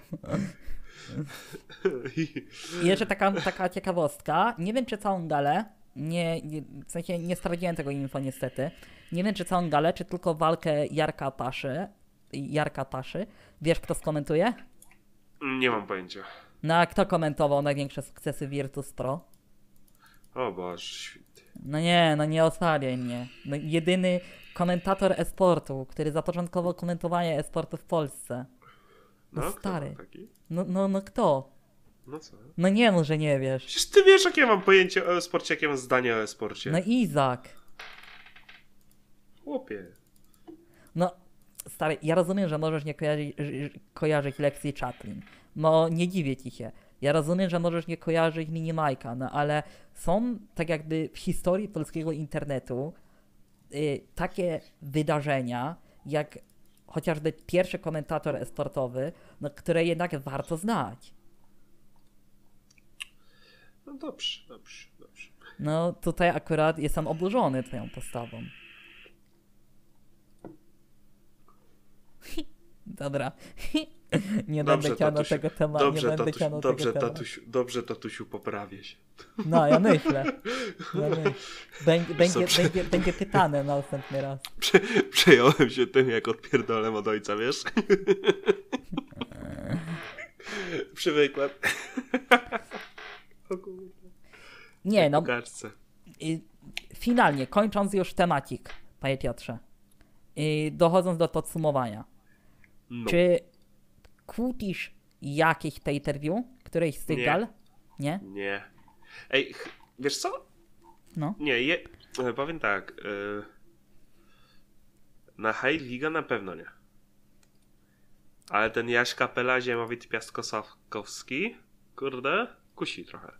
I jeszcze taka, taka ciekawostka. Nie wiem, czy całą galę, nie, nie, w sensie nie sprawdziłem tego info niestety. Nie wiem, czy całą galę, czy tylko walkę Jarka Paszy. Jarka Paszy. Wiesz, kto skomentuje? Nie mam pojęcia. No a kto komentował największe sukcesy Virtus Pro? O Boże święty. No nie, no nie osłabiaj mnie. No, jedyny komentator e-sportu, który zapoczątkował komentowanie e-sportu w Polsce. No, No, kto stary. ma taki? No, no, no kto? No co? No nie mów, że nie wiesz. Przecież ty wiesz, jakie mam pojęcie o e-sporcie, jakie mam zdanie o e-sporcie. No Izak. Chłopie. No, stary, ja rozumiem, że możesz nie kojarzyć, kojarzyć lekcji Chaplin. No, nie dziwię ci się. Ja rozumiem, że możesz nie kojarzyć Minimajka, no ale są tak jakby w historii polskiego internetu y, takie wydarzenia, jak chociażby pierwszy komentator e-sportowy, no, które jednak warto znać. No dobrze, dobrze, dobrze. No, tutaj akurat jestem oburzony twoją postawą. Dobra. Nie Dobrze, będę ciągnął tatusiu. tego tematu. Nie Dobrze, będę tatusiu, ciągnął dobrze, tego tematu. tatusiu, dobrze, tatusiu, poprawię się. No, ja myślę. Ja myślę. Będzie, będzie, prze- będzie, będzie pytane następny raz. Prze- przejąłem się tym, jak odpierdolem od ojca, wiesz? Przywykłem. O kurde. Nie, no, Pogaczce. y, finalnie, kończąc już temacik, panie Piotrze, y, dochodząc do podsumowania. No. Czy kłócisz jakieś pay-per-view, którejś z tych Nie. gal? Nie? Nie. Ej, ch- wiesz co? No. Nie, je, e, powiem tak. E, na High Liga na pewno nie. Ale ten Jaś Kapela, Ziemowit Piastkowski, kurde, kusi trochę.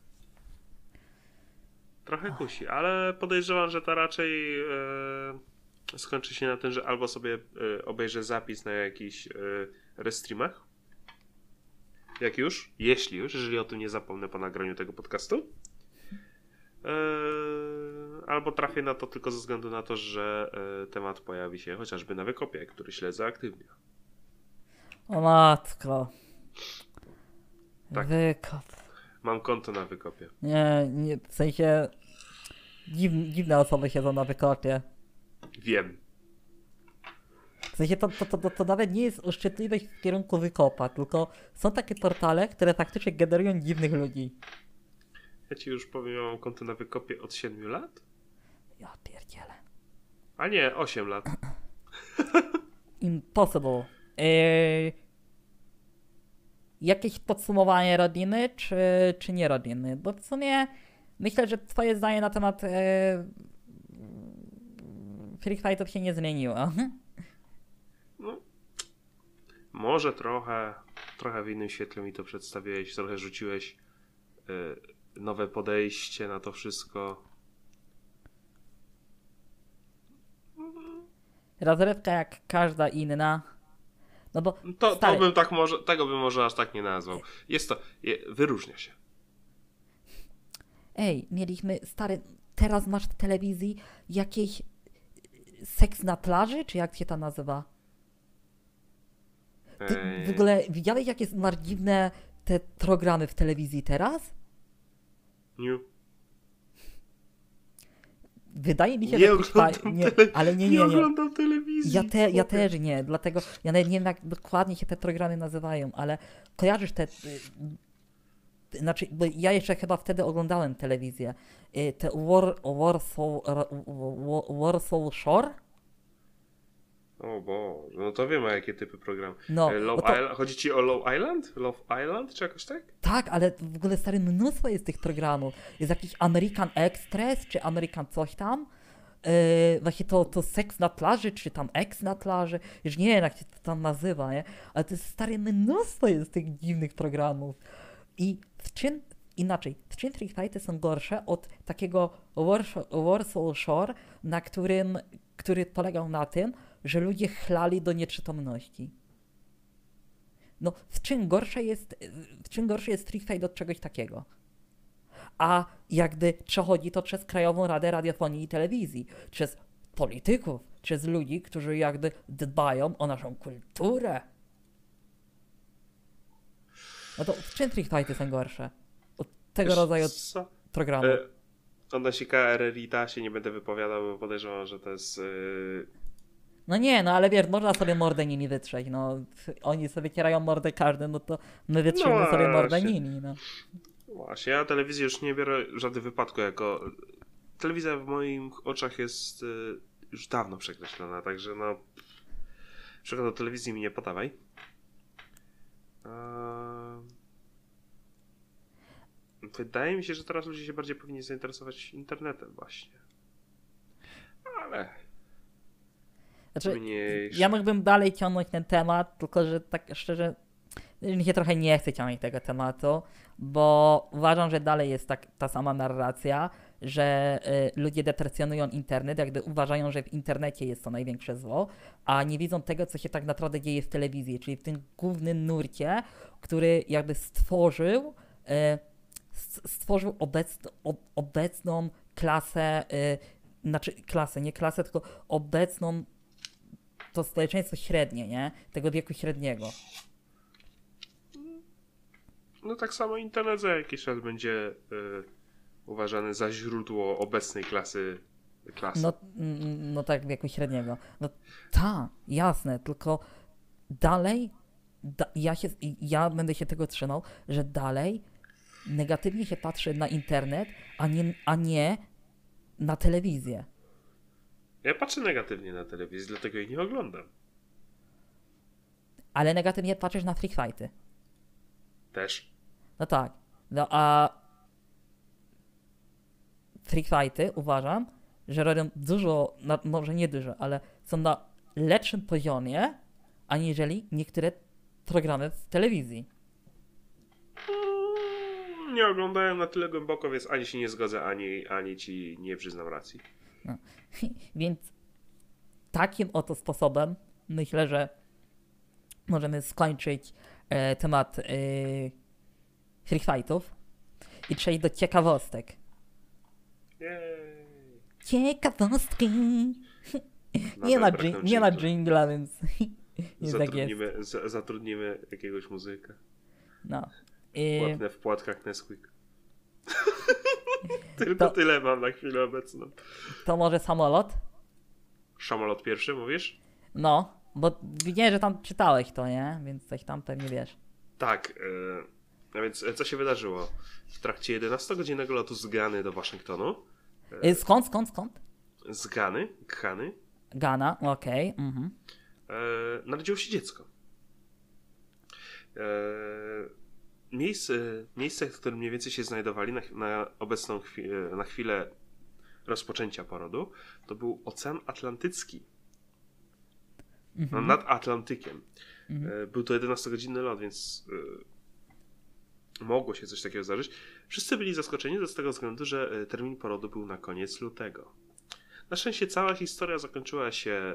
Trochę kusi, ale podejrzewam, że to raczej e, skończy się na tym, że albo sobie e, obejrzę zapis na jakichś e, restreamach, jak już, jeśli już, jeżeli o tym nie zapomnę po nagraniu tego podcastu. Eee, albo trafię na to tylko ze względu na to, że e, temat pojawi się chociażby na Wykopie, który śledzę aktywnie. O matko. Tak. Wykop. Mam konto na Wykopie. Nie, nie, w sensie dziw, dziwne osoby siedzą na Wykopie. Wiem. W sensie to, to, to, to, to nawet nie jest uszczypliwość w kierunku Wykopa, tylko są takie portale, które faktycznie generują dziwnych ludzi. Ja ci już powiem, ja mam konto na Wykopie od siedmiu lat? Ja pierdzielę. A nie, osiem lat. Impossible. Eee, jakieś podsumowanie rodziny, czy, czy nie rodziny? Bo w sumie myślę, że twoje zdanie na temat e, Free Fightów się nie zmieniło. No, może trochę, trochę w innym świetle mi to przedstawiłeś, trochę rzuciłeś y, nowe podejście na to wszystko. Rozrywka jak każda inna. No bo To, stary, to bym tak może, tego bym może aż tak nie nazwał. Jest to, je, wyróżnia się. ej, mieliśmy, stary, teraz masz w telewizji jakieś seks na plaży, czy jak się to nazywa? Ty w Ej, ogóle widziałeś, jakie są masz dziwne te programy w telewizji teraz? nie, Wydaje mi się, nie że trwa, oglądam, nie, tele, ale nie, nie, nie, nie. oglądam telewizji. Ja, te, ja chłopie. też nie, dlatego ja nawet nie wiem, jak dokładnie się te programy nazywają, ale kojarzysz te. y, y, Znaczy, bo ja jeszcze chyba wtedy oglądałem telewizję. Y, Te War, Warsaw, Ra- Wa- Warsaw Shore? O Boże, no to wiem, a jakie typy programów. No, E, bo Love to, Island, chodzi ci o Love Island? Love Island, czy jakoś tak? tak, ale w ogóle stary mnóstwo jest tych programów. Jest jakiś American Express, czy American coś tam. Yy, właśnie to, to seks na plaży, czy tam eks na plaży. Już nie wiem, jak się to tam nazywa, nie? Ale to jest stare mnóstwo jest tych dziwnych programów. I w czym, inaczej, w czym Free Fighty są gorsze od takiego Warsaw, Warsaw Shore, na którym, który polegał na tym, że ludzie chlali do nieprzytomności. No, w czym gorsze jest, w czym gorszy jest Free Fight od czegoś takiego? A jakby przechodzi to przez Krajową Radę Radiofonii i Telewizji, przez polityków, przez ludzi, którzy jakby dbają o naszą kulturę. No to w czym Free Fighty są gorsze? Od tego Wiesz rodzaju co? programu. E, odnośnie K R L I-ta się nie będę wypowiadał, bo podejrzewam, że to jest... E, No nie, no ale wiesz, można sobie mordę nimi wytrzeć, no. Oni sobie cierają mordę każdy, no to my wytrzymy No sobie mordę właśnie. nimi, no. Właśnie, ja telewizję już nie biorę w żadnym wypadku jako... Telewizja w moich oczach jest e, już dawno przekreślona, także no... Przykład do telewizji mi nie podawaj. Eee, wydaje mi się, że teraz ludzie się bardziej powinni zainteresować internetem właśnie. Ale... Znaczy, Mniejsze. ja mógłbym dalej ciągnąć ten temat, tylko że tak szczerze, mi się trochę nie chce ciągnąć tego tematu, bo uważam, że dalej jest tak, ta sama narracja, że y, ludzie deprecjonują internet, jakby uważają, że w internecie jest to największe zło, a nie widzą tego, co się tak naprawdę dzieje w telewizji, czyli w tym głównym nurcie, który jakby stworzył, y, s- stworzył obecn- ob- obecną klasę, y, znaczy klasę, nie klasę, tylko obecną to społeczeństwo średnie, nie? Tego wieku średniego. No tak samo internet za jakiś czas będzie y, uważany za źródło obecnej klasy. klasy. No, mm, no tak, wieku średniego. No tak, jasne, tylko dalej da, ja, się, ja będę się tego trzymał, że dalej negatywnie się patrzy na internet, a nie, a nie na telewizję. Ja patrzę negatywnie na telewizję, dlatego jej nie oglądam. Ale negatywnie patrzysz na Free Fighty. Też. No tak. No a Free Fighty uważam, że robią dużo, no, może nie dużo, ale są na lepszym poziomie, aniżeli niektóre programy w telewizji. Mm, Nie oglądałem na tyle głęboko, więc ani się nie zgodzę, ani, ani ci nie przyznam racji. No. Więc takim oto sposobem myślę, że możemy skończyć e, temat e, free fightów i przejść do ciekawostek. Jej. Ciekawostki. No Nie ma, dobra, dżing- tam nie ma dżingla. dżingla, więc nie tak jest. Zatrudnimy, za, zatrudnimy jakiegoś muzyka. No. I, Płatne w płatkach Nesquik. Tylko To- tyle mam na chwilę obecną. to może samolot? Szamolot pierwszy, mówisz? No, bo widziałem, że tam czytałeś to, nie? Więc coś tam pewnie wiesz. Tak. Yy, a więc e, co się wydarzyło? W trakcie jedenastogodzinnego lotu z Gany do Waszyngtonu. Y, Skąd, skąd, skąd? Z Gany, Ghany, Ghana, okej. mhm. e, narodziło się dziecko. E, miejsce, miejsce, w którym mniej więcej się znajdowali na, na obecną chwilę, na chwilę rozpoczęcia porodu, to był Ocean Atlantycki. No, nad Atlantykiem. E, był to jedenastogodzinny lot, więc e, mogło się coś takiego zdarzyć. Wszyscy byli zaskoczeni z tego względu, że e, termin porodu był na koniec lutego. Na szczęście cała historia zakończyła się e,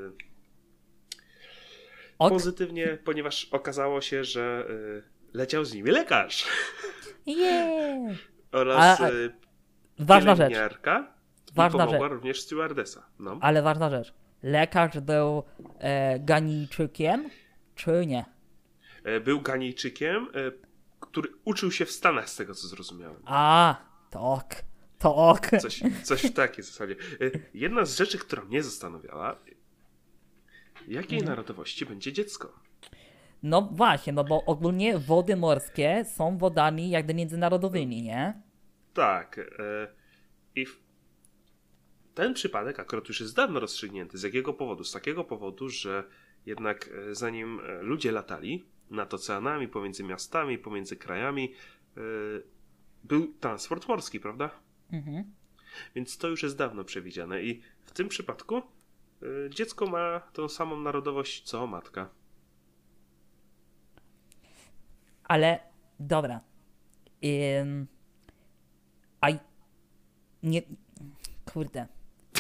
Ok. pozytywnie, ponieważ okazało się, że e, leciał z nimi lekarz Yeah. oraz A- a- e, Ważna rzecz, pielęgniarka i Ważna pomogła rzecz. również stewardesa. No. ale ważna rzecz. Lekarz był e, Ganijczykiem, czy nie? E, Był Ganijczykiem, e, który uczył się w Stanach, z tego co zrozumiałem. A, to ok, to ok. Coś, coś w takiej zasadzie. E, Jedna z rzeczy, która mnie zastanawiała, jakiej Mhm. narodowości będzie dziecko? No właśnie, no bo ogólnie wody morskie są wodami jakby międzynarodowymi, nie? Tak. E, I w ten przypadek akurat już jest dawno rozstrzygnięty. Z jakiego powodu? Z takiego powodu, że jednak e, zanim e, ludzie latali nad oceanami, pomiędzy miastami, pomiędzy krajami, e, był transport morski, prawda? Mhm. Więc to już jest dawno przewidziane i w tym przypadku e, dziecko ma tą samą narodowość co matka. Ale dobra. Ym, a nie. Kurde.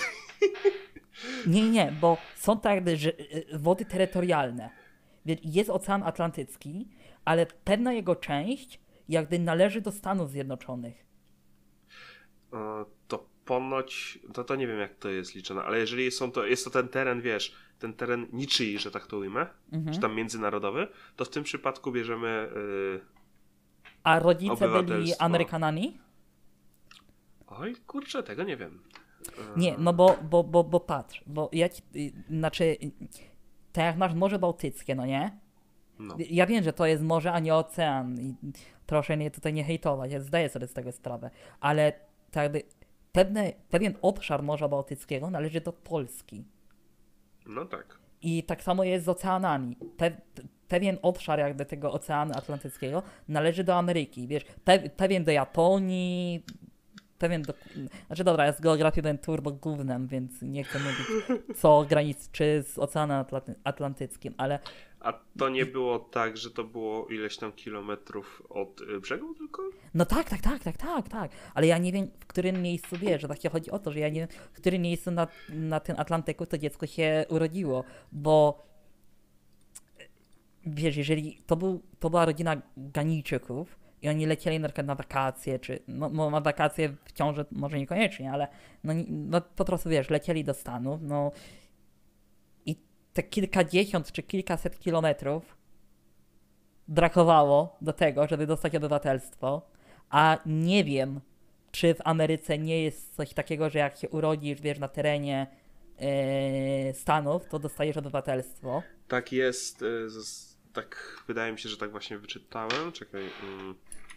Nie, nie, bo są tak jakby że, y, wody terytorialne. Więc jest Ocean Atlantycki, ale pewna jego część jakby należy do Stanów Zjednoczonych. E, To ponoć, to, to nie wiem jak to jest liczone, ale jeżeli są to, jest to ten teren, wiesz, ten teren niczyi, że tak to ujmę, Mhm. czy tam międzynarodowy, to w tym przypadku bierzemy... Yy... A rodzice byli Obywatelstwo. Amerykanami? Oj, kurczę, tego nie wiem. E, Nie, no bo, bo, bo, bo patrz, bo ja ci, y, znaczy, y, tak jak masz Morze Bałtyckie, no nie? No. Ja wiem, że to jest morze, a nie ocean i proszę mnie tutaj nie hejtować, ja zdaję sobie z tego sprawę, ale tak jakby pewne, pewien obszar Morza Bałtyckiego należy do Polski No tak. i tak samo jest z oceanami. Pe, pewien obszar jakby tego Oceanu Atlantyckiego należy do Ameryki, wiesz, pe, pewien do Japonii, pewien do... Znaczy dobra, ja z geografii byłem turbo gównem, więc nie chcę mówić co graniczy z Oceanem Atlanty- Atlantyckim, ale A to nie było tak, że to było ileś tam kilometrów od y, brzegu tylko? no tak, tak, tak, tak, tak, tak, ale ja nie wiem w którym miejscu, wiesz, że właśnie chodzi o to, że ja nie wiem w którym miejscu na, na tym Atlantyku to dziecko się urodziło, bo wiesz, jeżeli to, był, to była rodzina Ganijczyków i oni lecieli na przykład na wakacje, czy no, no na wakacje w ciąży może niekoniecznie, ale no, ni- no po prostu wiesz, lecieli do Stanów, no i te kilkadziesiąt czy kilkaset kilometrów brakowało do tego, żeby dostać obywatelstwo, a nie wiem, czy w Ameryce nie jest coś takiego, że jak się urodzisz, wiesz, na terenie e, Stanów, to dostajesz obywatelstwo. Tak jest, y, z, tak wydaje mi się, że tak właśnie wyczytałem. Czekaj. Mm.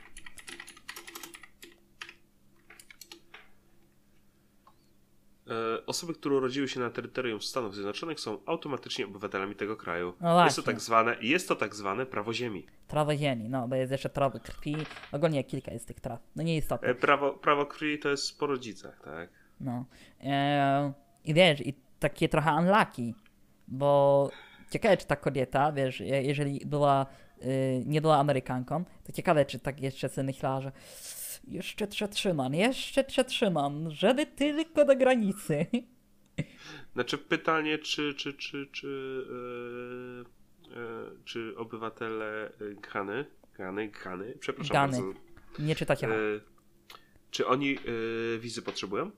E, Osoby, które urodziły się na terytorium Stanów Zjednoczonych są automatycznie obywatelami tego kraju. No jest to właśnie. tak zwane, jest to tak zwane prawo ziemi. Prawo ziemi, no, bo jest jeszcze prawo krwi, ogólnie kilka jest tych praw, no nieistotne, E, Prawo, prawo krwi to jest po rodzicach, tak? no. E, I wiesz, i takie trochę unlucky, bo ciekawe, czy ta kobieta, wiesz, je- jeżeli była, y, nie była Amerykanką, to ciekawe, czy tak jeszcze sobie myślała, że jeszcze przetrzymam, jeszcze przetrzymam, żeby tylko do granicy. Znaczy pytanie, czy, czy, czy, czy czy obywatele Gany, Gany, Gany, przepraszam Gany. bardzo. Nie czytacie. E, czy oni e, wizy potrzebują?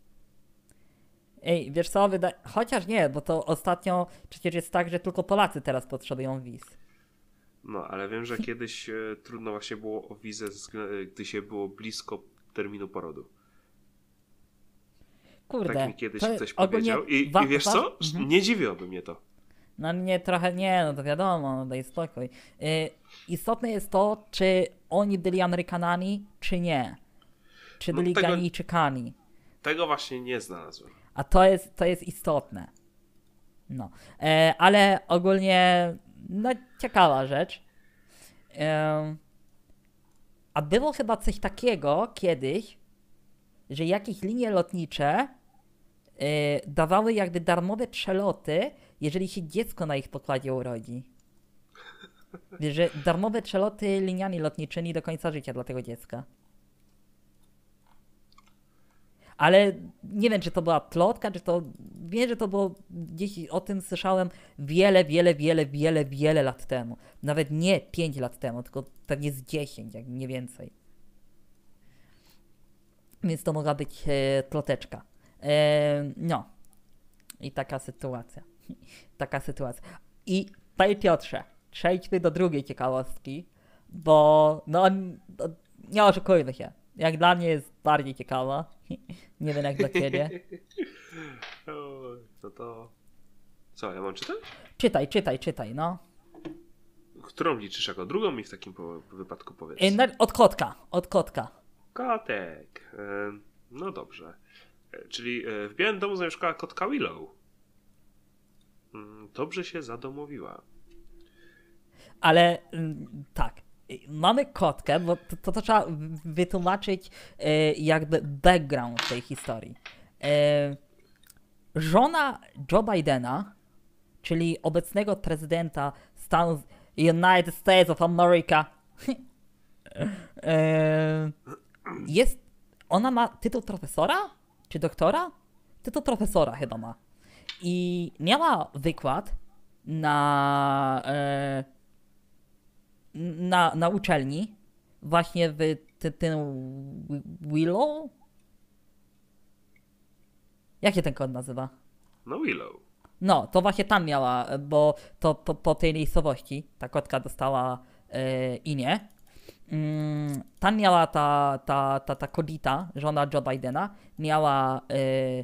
Ej, wiesz co, wyda... chociaż nie, bo to ostatnio przecież jest tak, że tylko Polacy teraz potrzebują wiz. No, ale wiem, że kiedyś e, trudno właśnie było o wizę, gdy się było blisko terminu porodu. Kurde. Tak mi kiedyś to ktoś ogólnie powiedział. I, wa- i wiesz wa- co? Mhm. Nie dziwiłoby mnie to. No mnie trochę nie, no to wiadomo, no daj spokój. Yy, istotne jest to, czy oni byli Amerykanami, czy nie. Czy No byli tego- Ganijczykami. Tego właśnie nie znalazłem. A to jest, to jest istotne. No. E, ale ogólnie, no ciekawa rzecz. E, a było chyba coś takiego kiedyś, że jakieś linie lotnicze e, dawały jakby darmowe przeloty, jeżeli się dziecko na ich pokładzie urodzi. Wiesz, że darmowe przeloty liniami lotniczymi do końca życia dla tego dziecka. Ale nie wiem, czy to była plotka, czy to... Wiem, że to było... Gdzieś o tym słyszałem wiele, wiele, wiele, wiele, wiele lat temu. Nawet nie pięć lat temu, tylko pewnie z dziesięć, jak nie więcej. Więc to mogła być e, ploteczka. E, no. I taka sytuacja. Taka sytuacja. I Panie Piotrze, przejdźmy do drugiej ciekawostki, bo no, no nie oszukujmy się. Jak dla mnie jest bardziej ciekawa. Nie wiem jak dla ciebie. O, to to... Co, ja mam czytać? Czytaj, czytaj, czytaj, no. Którą liczysz jako drugą mi w takim po- wypadku powiedz? E, na- Od kotka, od kotka. Kotek. E, No dobrze. E, Czyli e, w Białym Domu zamieszkała kotka Willow. Mm, Dobrze się zadomowiła. Ale mm, tak, y, mamy kotkę, bo to, to, to trzeba w- wytłumaczyć e, jakby background tej historii. E, żona Joe Bidena, czyli obecnego prezydenta Stanów United States of America, e, jest, ona ma tytuł profesora? Czy doktora? Tytuł profesora chyba ma. I miała wykład na, e, na, na uczelni, właśnie w ty, tym Willow? Jak się ten kod nazywa? No Willow. No, to właśnie tam miała, bo to po, po tej miejscowości ta kotka dostała e, imię. Mm, tam miała ta, ta, ta, ta kobieta, żona Joe Bidena, miała e,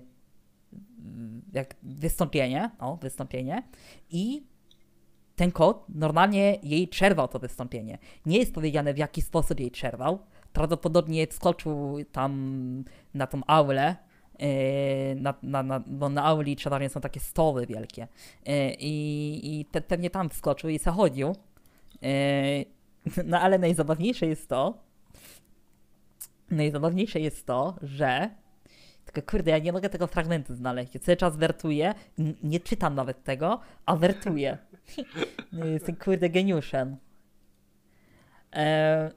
jak wystąpienie, o, wystąpienie i ten kot normalnie jej przerwał to wystąpienie. Nie jest powiedziane w jaki sposób jej przerwał. Prawdopodobnie wskoczył tam na tą aulę, e, na, na, na, bo na auli przeważnie są takie stoły wielkie e, i, i pe, pewnie tam wskoczył i zachodził. E, no ale najzabawniejsze jest to, najzabawniejsze jest to, że tylko kurde, ja nie mogę tego fragmentu znaleźć. Ja cały czas wertuję, n- nie czytam nawet tego, a wertuję. Jestem kurde geniuszem. E,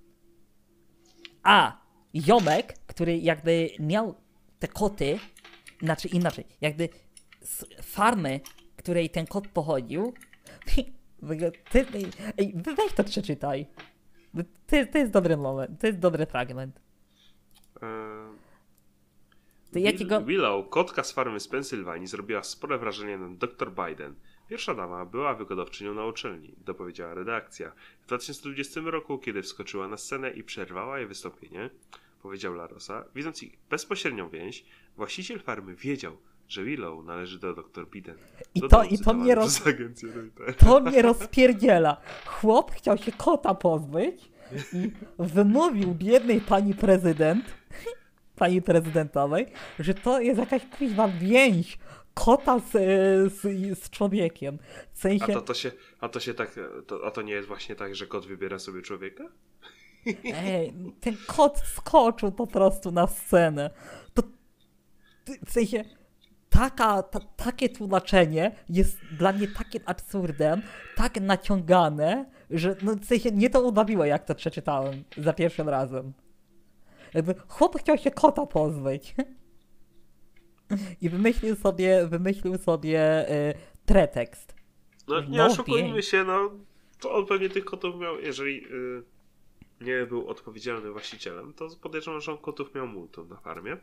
a, ziomek, który jakby miał te koty, znaczy inaczej, jakby z farmy, której ten kot pochodził, w ogóle, ty, ej, weź to przeczytaj. To, to jest dobry moment, to jest dobry fragment. E, To ja Will- ci go... Willow, kotka z farmy z Pensylwanii, zrobiła spore wrażenie na doktor Biden. Pierwsza dama była wygodowczynią na uczelni, dopowiedziała redakcja. W dwa tysiące dwudziestym roku, kiedy wskoczyła na scenę i przerwała jej wystąpienie, powiedział Larosa, widząc ich bezpośrednią więź, właściciel farmy wiedział, że Willow należy do doktor Biden. I Dodał to, i to cytowany mnie roz... przez agencję Reuters. To mnie rozpierdziela. Chłop chciał się kota pozbyć i wymówił biednej pani prezydent, pani prezydentowej, że to jest jakaś kuźwa więź kota z, z, z człowiekiem. W A sensie, to, to się, a to się tak, to, a to nie jest właśnie tak, że kot wybiera sobie człowieka? ej, ten kot skoczył po prostu na scenę. To, w sensie, taka, ta, takie tłumaczenie jest dla mnie takim absurdem, tak naciągane, że no, w sensie nie to ubawiło, jak to przeczytałem za pierwszym razem. Jakby chłop chciał się kota pozbyć. I wymyślił sobie, wymyślił sobie y, pretekst. No nie No oszukujmy wiem. się, no to on pewnie tych kotów miał, jeżeli y, nie był odpowiedzialnym właścicielem, to podejrzewam, że on kotów miał multum na farmie.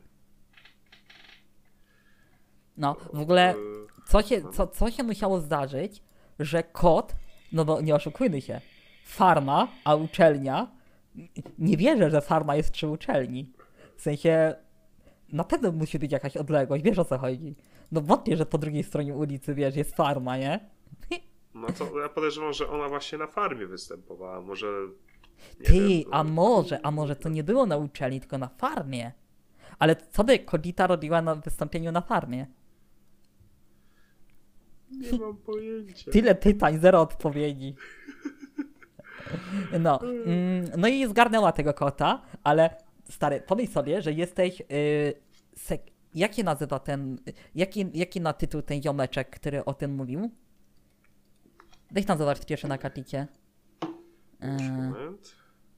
No, w ogóle, Y, co się, co, co się musiało zdarzyć, że kot, no bo nie oszukujmy się, farma, a uczelnia, nie wierzę, że farma jest przy uczelni. W sensie, na pewno musi być jakaś odległość, wiesz o co chodzi. No wątpię, że po drugiej stronie ulicy, wiesz, jest farma, nie? no to ja podejrzewam, że ona właśnie na farmie występowała, może... Nie Ty, wiem, a no, może, a może to nie było na uczelni, tylko na farmie? Ale co by Kodita robiła na wystąpieniu na farmie? nie mam pojęcia. Tyle pytań, zero odpowiedzi. No, mm, no i zgarnęła tego kota, ale stary, pomyśl sobie, że jesteś. Yy, sek- jak się nazywa ten. Jaki, jaki na tytuł ten ziomeczek, który o tym mówił? Weź tam zobacz pierwszy na karticie. Już Yy, moment.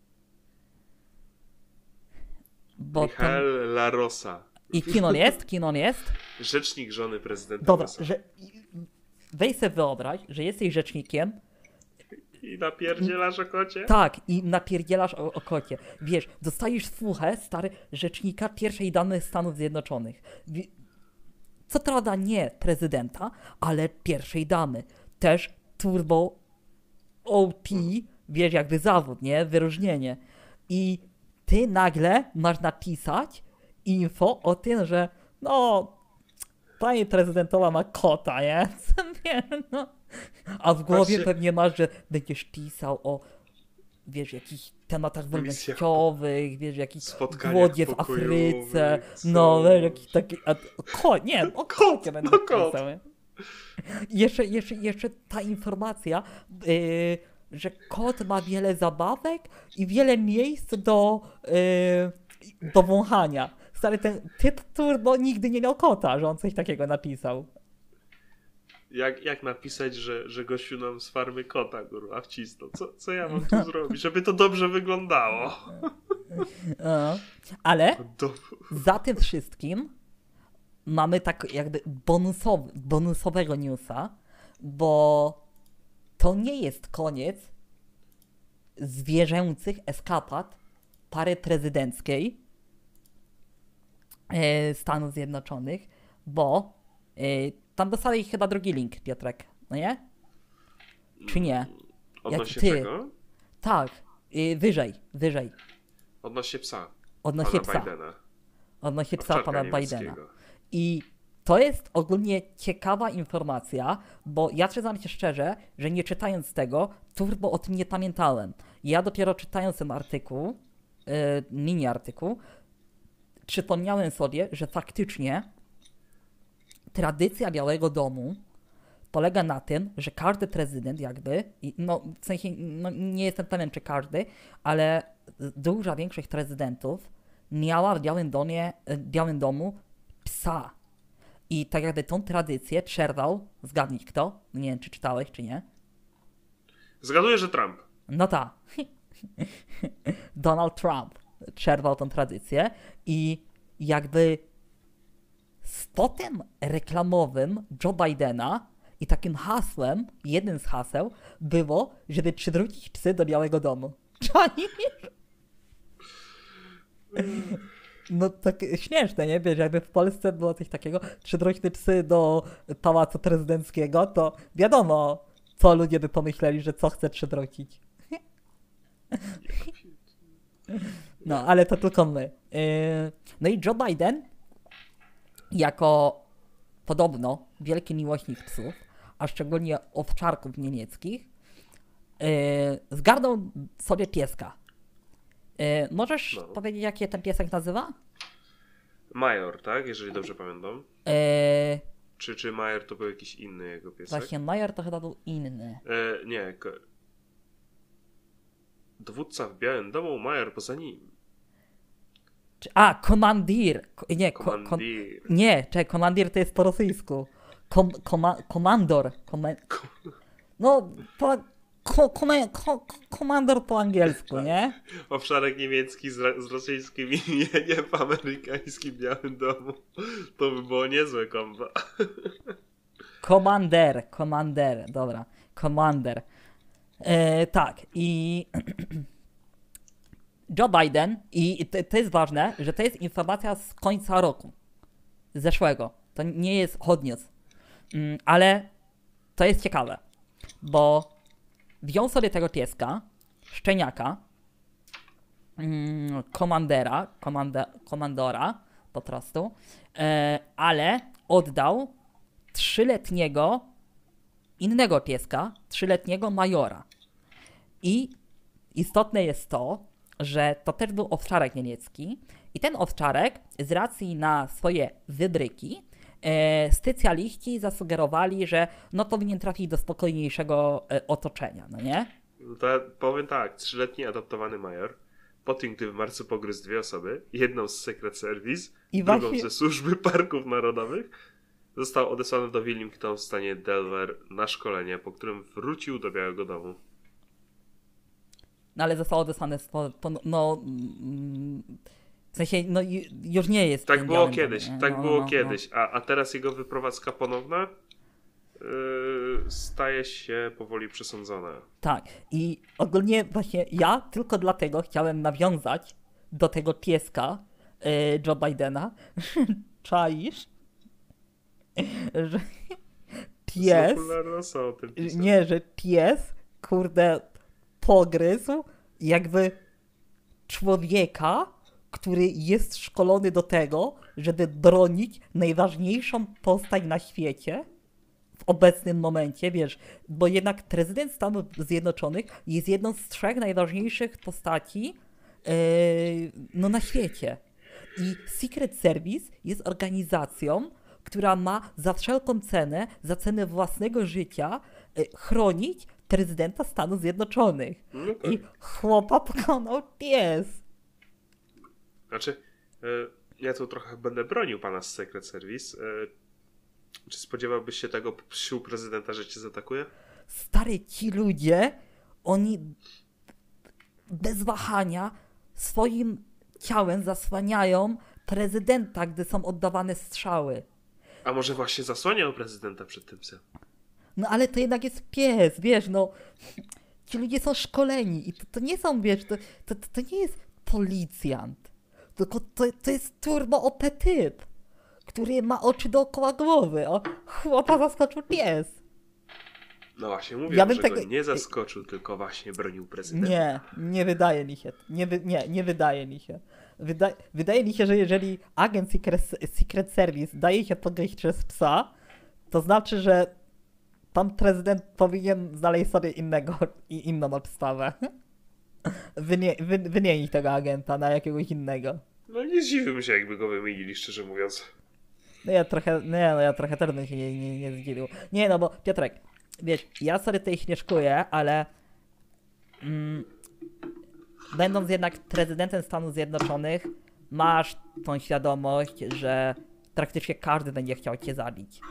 bo ten, Michael Larosa, I kim on jest? Kim on jest? rzecznik żony prezydenta Dobra, U S A. że. Weź sobie wyobraź, że jesteś rzecznikiem. I napierdzielasz o kocie? Tak, i napierdzielasz o, o kocie. Wiesz, dostajesz słuchę, stary, rzecznika pierwszej damy Stanów Zjednoczonych. Wi- Co prawda nie prezydenta, ale pierwszej damy. Też turbo O P, wiesz, jakby zawód, nie? Wyróżnienie. I ty nagle masz napisać info o tym, że no, pani prezydentowa ma kota, nie? Co wiem, no. A w głowie Patrzcie. pewnie masz, że będziesz pisał o, wiesz, jakichś tematach Misjach. wolnościowych, wiesz, jakichś Spotkaniach głodzie w pokojowych, Afryce, co? no, wiesz, jakiś taki, a, ko, nie, o kocie będę no kot. pisał. nie? Jeszcze, jeszcze, jeszcze ta informacja, yy, że kot ma wiele zabawek i wiele miejsc do, yy, do wąchania. Stary, ten typ turbo nigdy nie miał kota, że on coś takiego napisał. Jak, jak napisać, że, że gościu nam z farmy kota, kurwa, wcisnął? Co, co ja mam tu zrobić, żeby to dobrze wyglądało? No. Ale Do... za tym wszystkim mamy tak jakby bonusowy, bonusowego newsa, bo to nie jest koniec zwierzęcych eskapad pary prezydenckiej e, Stanów Zjednoczonych, bo e, tam dostałeś chyba drugi link, Piotrek, no nie? Czy nie? Odnośnie ty. czego? Tak, e, wyżej, wyżej, Odnośnie psa. odnośnie Pana psa, Bidena. odnośnie psa Owczarka pana niemieckiego. Bidena. I to jest ogólnie ciekawa informacja, bo ja przyznam się szczerze, że nie czytając tego, turbo o tym nie pamiętałem. Ja dopiero czytając ten artykuł, yy, mini artykuł, przypomniałem sobie, że faktycznie tradycja Białego Domu polega na tym, że każdy prezydent jakby, i no w sensie no, nie jestem pewien czy każdy, ale duża większość prezydentów miała w Białym, Domie, Białym Domu psa. I tak jakby tą tradycję przerwał, zgadnij kto, nie wiem czy czytałeś czy nie, Zgaduję, że Trump. no ta, Donald Trump przerwał tą tradycję i jakby spotem reklamowym Joe Bidena i takim hasłem, jednym z haseł było, żeby przywrócić psy do Białego Domu. Czaisz? No tak śmieszne, nie? Wiesz, jakby w Polsce było coś takiego, przywróćmy psy do Pałacu Prezydenckiego, to wiadomo, co ludzie by pomyśleli, że co chce przywrócić. No, ale to tylko my. Yy, no i Joe Biden, jako podobno wielki miłośnik psów, a szczególnie owczarków niemieckich, yy, zgarnął sobie pieska. Yy, możesz No. powiedzieć, jak się ten piesek nazywa? Major, tak? Jeżeli dobrze pamiętam. Yy, Czy, czy Major to był jakiś inny jego piesek? właśnie Major to chyba był inny. E, nie. Ko... Dowódca w Białym Domu, Major poza nim. Czy, a, komandir. Ko, nie, ko, kon, Komandir. nie, czekaj, komandir to jest po rosyjsku. Kom, koma, komandor. Kome, no, po, ko, kome, ko, komandor po angielsku, nie? Owczarek niemiecki z, ra- z rosyjskim imieniem w amerykańskim Białym Domu. To by było niezłe kombo. Komander, komander, dobra, komander. E, tak, i Joe Biden, i to, to jest ważne, że to jest informacja z końca roku zeszłego. To nie jest hot news. Mm, ale to jest ciekawe, bo wziął sobie tego pieska, szczeniaka, mm, komandera, komanda, komandora po prostu, e, ale oddał trzyletniego innego pieska, trzyletniego majora. I istotne jest to, że to też był owczarek niemiecki i ten owczarek z racji na swoje wybryki e, specjaliści zasugerowali, że no powinien trafić do spokojniejszego e, otoczenia, no nie? No to ja powiem tak, trzyletni adoptowany major, po tym, gdy w marcu pogryzł dwie osoby, jedną z Secret Service, I drugą właśnie- ze Służby Parków Narodowych, został odesłany do Wilmington w stanie Delaware na szkolenie, po którym wrócił do Białego Domu. No ale zostało odesłane, po, po, no, mm, w sensie, no ju- już nie jest. Tak tym było białym kiedyś, domem, nie? tak no, było no, kiedyś, a, a teraz jego wyprowadzka ponowna yy, staje się powoli przesądzona. Tak, i ogólnie właśnie ja tylko dlatego chciałem nawiązać do tego pieska e, Joe Bidena. Czaisz? Że pies, Popularne są o tym pisać. nie, że pies, kurde, pogryzł jakby człowieka, który jest szkolony do tego, żeby bronić najważniejszą postać na świecie w obecnym momencie, wiesz, bo jednak prezydent Stanów Zjednoczonych jest jedną z trzech najważniejszych postaci yy, no, na świecie. I Secret Service jest organizacją, która ma za wszelką cenę, za cenę własnego życia yy, chronić prezydenta Stanów Zjednoczonych. No tak. I chłopa pokonał pies. Znaczy, yy, ja tu trochę będę bronił pana z Secret Service. Yy, czy spodziewałbyś się tego psiu prezydenta, że cię zaatakuje? Stary, ci ludzie, oni bez wahania swoim ciałem zasłaniają prezydenta, gdy są oddawane strzały. A może właśnie zasłaniał prezydenta przed tym psem? No ale to jednak jest pies, wiesz, no. Ci ludzie są szkoleni i to, to nie są, wiesz, to, to, to nie jest policjant. Tylko to, to jest turbo O P typ, który ma oczy dookoła głowy. O, chłopa zaskoczył pies. No właśnie, mówię, Ja bym że tego- go nie zaskoczył, tylko właśnie bronił prezydenta. Nie, nie wydaje mi się. Nie, wy, nie, nie wydaje mi się. Wyda, wydaje mi się, że jeżeli agent Secret, Secret Service daje się pogryźć przez psa, to znaczy, że pan prezydent powinien znaleźć sobie innego i inną obstawę. Wynie, wy, wymienić tego agenta na jakiegoś innego. No nie zdziwiłbym się, jakby go wymienili, szczerze mówiąc. No ja trochę, nie no ja trochę też bym się nie, nie, nie zdziwił. Nie no bo Piotrek, wiesz, ja sobie tutaj śmieszkuję, ale mm, będąc jednak prezydentem Stanów Zjednoczonych, masz tą świadomość, że praktycznie każdy będzie chciał cię zabić.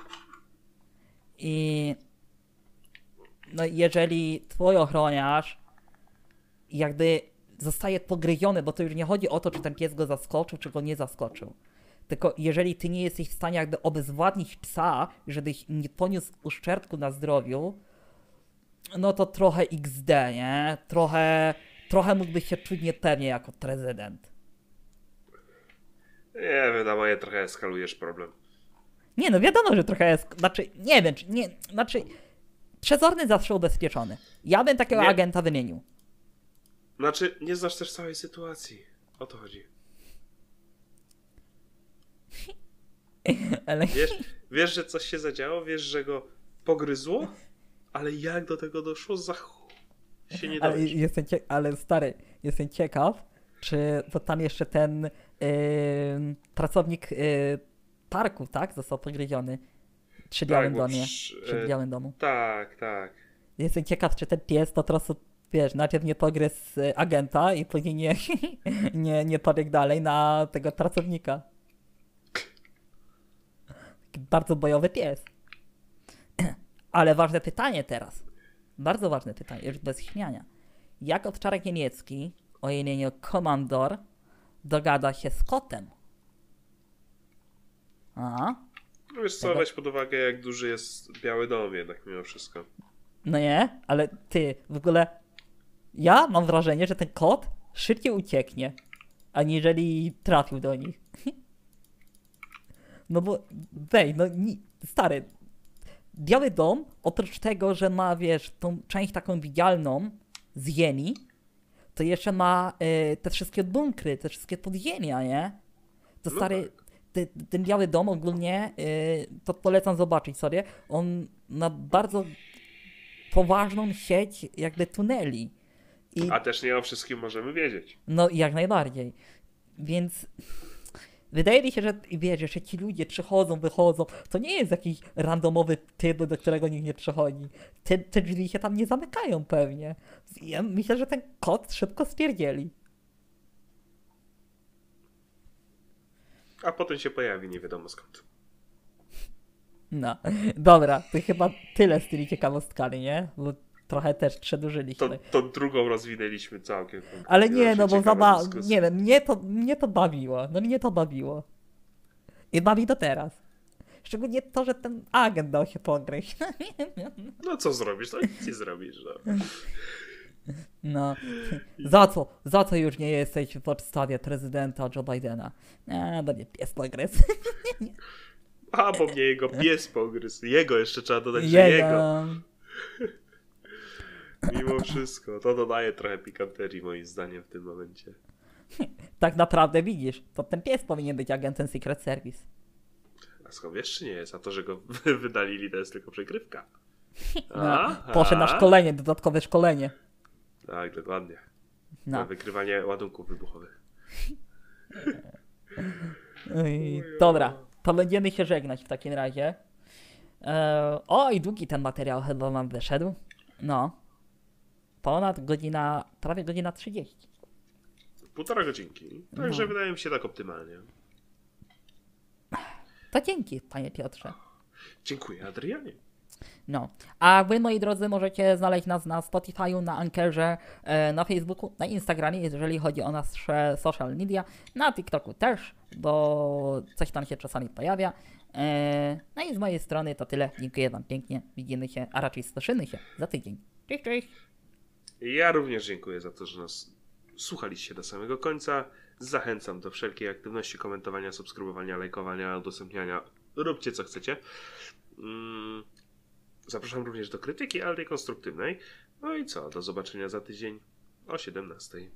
I no jeżeli twój ochroniarz jakby zostaje pogryziony, bo to już nie chodzi o to, czy ten pies go zaskoczył, czy go nie zaskoczył. Tylko jeżeli ty nie jesteś w stanie jakby obezwładnić psa, żebyś nie poniósł uszczerbku na zdrowiu, no to trochę iks de, nie? Trochę, trochę mógłbyś się czuć niepewnie jako prezydent. Nie wiem, na moje trochę eskalujesz problem. Nie no, wiadomo, że trochę jest, znaczy, nie wiem, czy nie, znaczy, przezorny zawsze ubezpieczony. Ja bym takiego Nie. agenta wymienił. Znaczy, nie znasz też całej sytuacji. O to chodzi. Ale... Wiesz, wiesz, że coś się zadziało, wiesz, że go pogryzło, ale jak do tego doszło, za chuj się nie Ale, dowiesz. jestem cie- ale stary, jestem ciekaw, czy bo tam jeszcze ten yy, pracownik yy, parku, tak? Został pogryziony przy Białym bo Domie. przy- Przy e, Białym Domu. Tak, tak. Jestem ciekaw, czy ten pies to po prostu, wiesz, najpierw nie pogryzł y, agenta i później nie, nie, nie pobiegł dalej na tego pracownika. Taki bardzo bojowy pies. Ale ważne pytanie teraz. Bardzo ważne pytanie, już bez śmiania. Jak owczarek niemiecki o imieniu Komandor dogada się z kotem? A? No wiesz co, weź pod uwagę, jak duży jest Biały Dom jednak mimo wszystko. No nie, ale ty, w ogóle ja mam wrażenie, że ten kot szybciej ucieknie, aniżeli trafił do nich. No bo, wej, no ni- stary, Biały Dom, oprócz tego, że ma, wiesz, tą część taką widzialną z Jeni, to jeszcze ma y, te wszystkie bunkry, te wszystkie podziemia, nie? To No stary, tak. ty, ten Biały Dom ogólnie, y, to polecam zobaczyć sobie, on ma bardzo poważną sieć jakby tuneli. I, A też nie o wszystkim możemy wiedzieć. no jak najbardziej. Więc wydaje mi się, że wiesz, że ci ludzie przychodzą, wychodzą, to nie jest jakiś randomowy typ, do którego nikt nie przychodzi. Te, te drzwi się tam nie zamykają pewnie. Ja myślę, że ten kot szybko stwierdzieli. A potem się pojawi nie wiadomo skąd. No, dobra, to chyba tyle z tymi ciekawostkami, nie? Bo trochę też przedłużyliśmy. To, to drugą rozwinęliśmy całkiem. Ale nie, no bo ciekawa zaba- dyskusja. nie wiem, mnie to, mnie to bawiło, no mnie to bawiło. I bawi do teraz. Szczególnie to, że ten agent dał się pogryźć. No co zrobisz? No nic nie zrobisz. No. No, za co? Za co już nie jesteś w podstawie prezydenta Joe Bidena? Nie, no nie, pies pogryzł. A, bo mnie jego pies pogryzł. Jego jeszcze trzeba dodać, że jego. Mimo wszystko. To dodaje trochę pikanterii moim zdaniem w tym momencie. Tak naprawdę widzisz, to ten pies powinien być agentem Secret Service. A skąd wiesz, czy nie jest? A to, że go wydalili, to jest tylko przykrywka. No, poszedł na szkolenie, dodatkowe szkolenie. Tak, dokładnie. No. Na wykrywanie ładunków wybuchowych. Oj, dobra, to będziemy się żegnać w takim razie. Eee, oj, długi ten materiał chyba nam wyszedł. No. Ponad godzina, prawie godzina trzydzieści. Półtora godzinki. Także No. wydaje mi się tak optymalnie. To dzięki, panie Piotrze. Dziękuję, Adrianie. No, a wy, moi drodzy, możecie znaleźć nas na Spotify'u, na Ankerze, e, na Facebooku, na Instagramie, jeżeli chodzi o nasze social media, na TikToku też, bo coś tam się czasami pojawia. E, no i z mojej strony to tyle. Dziękuję wam pięknie. Widzimy się, a raczej słyszymy się za tydzień. Cześć, cześć. Ja również dziękuję za to, że nas słuchaliście do samego końca. Zachęcam do wszelkiej aktywności, komentowania, subskrybowania, lajkowania, udostępniania. Róbcie co chcecie. Mm. Zapraszam również do krytyki, ale tej konstruktywnej. No i co? Do zobaczenia za tydzień o siedemnastej.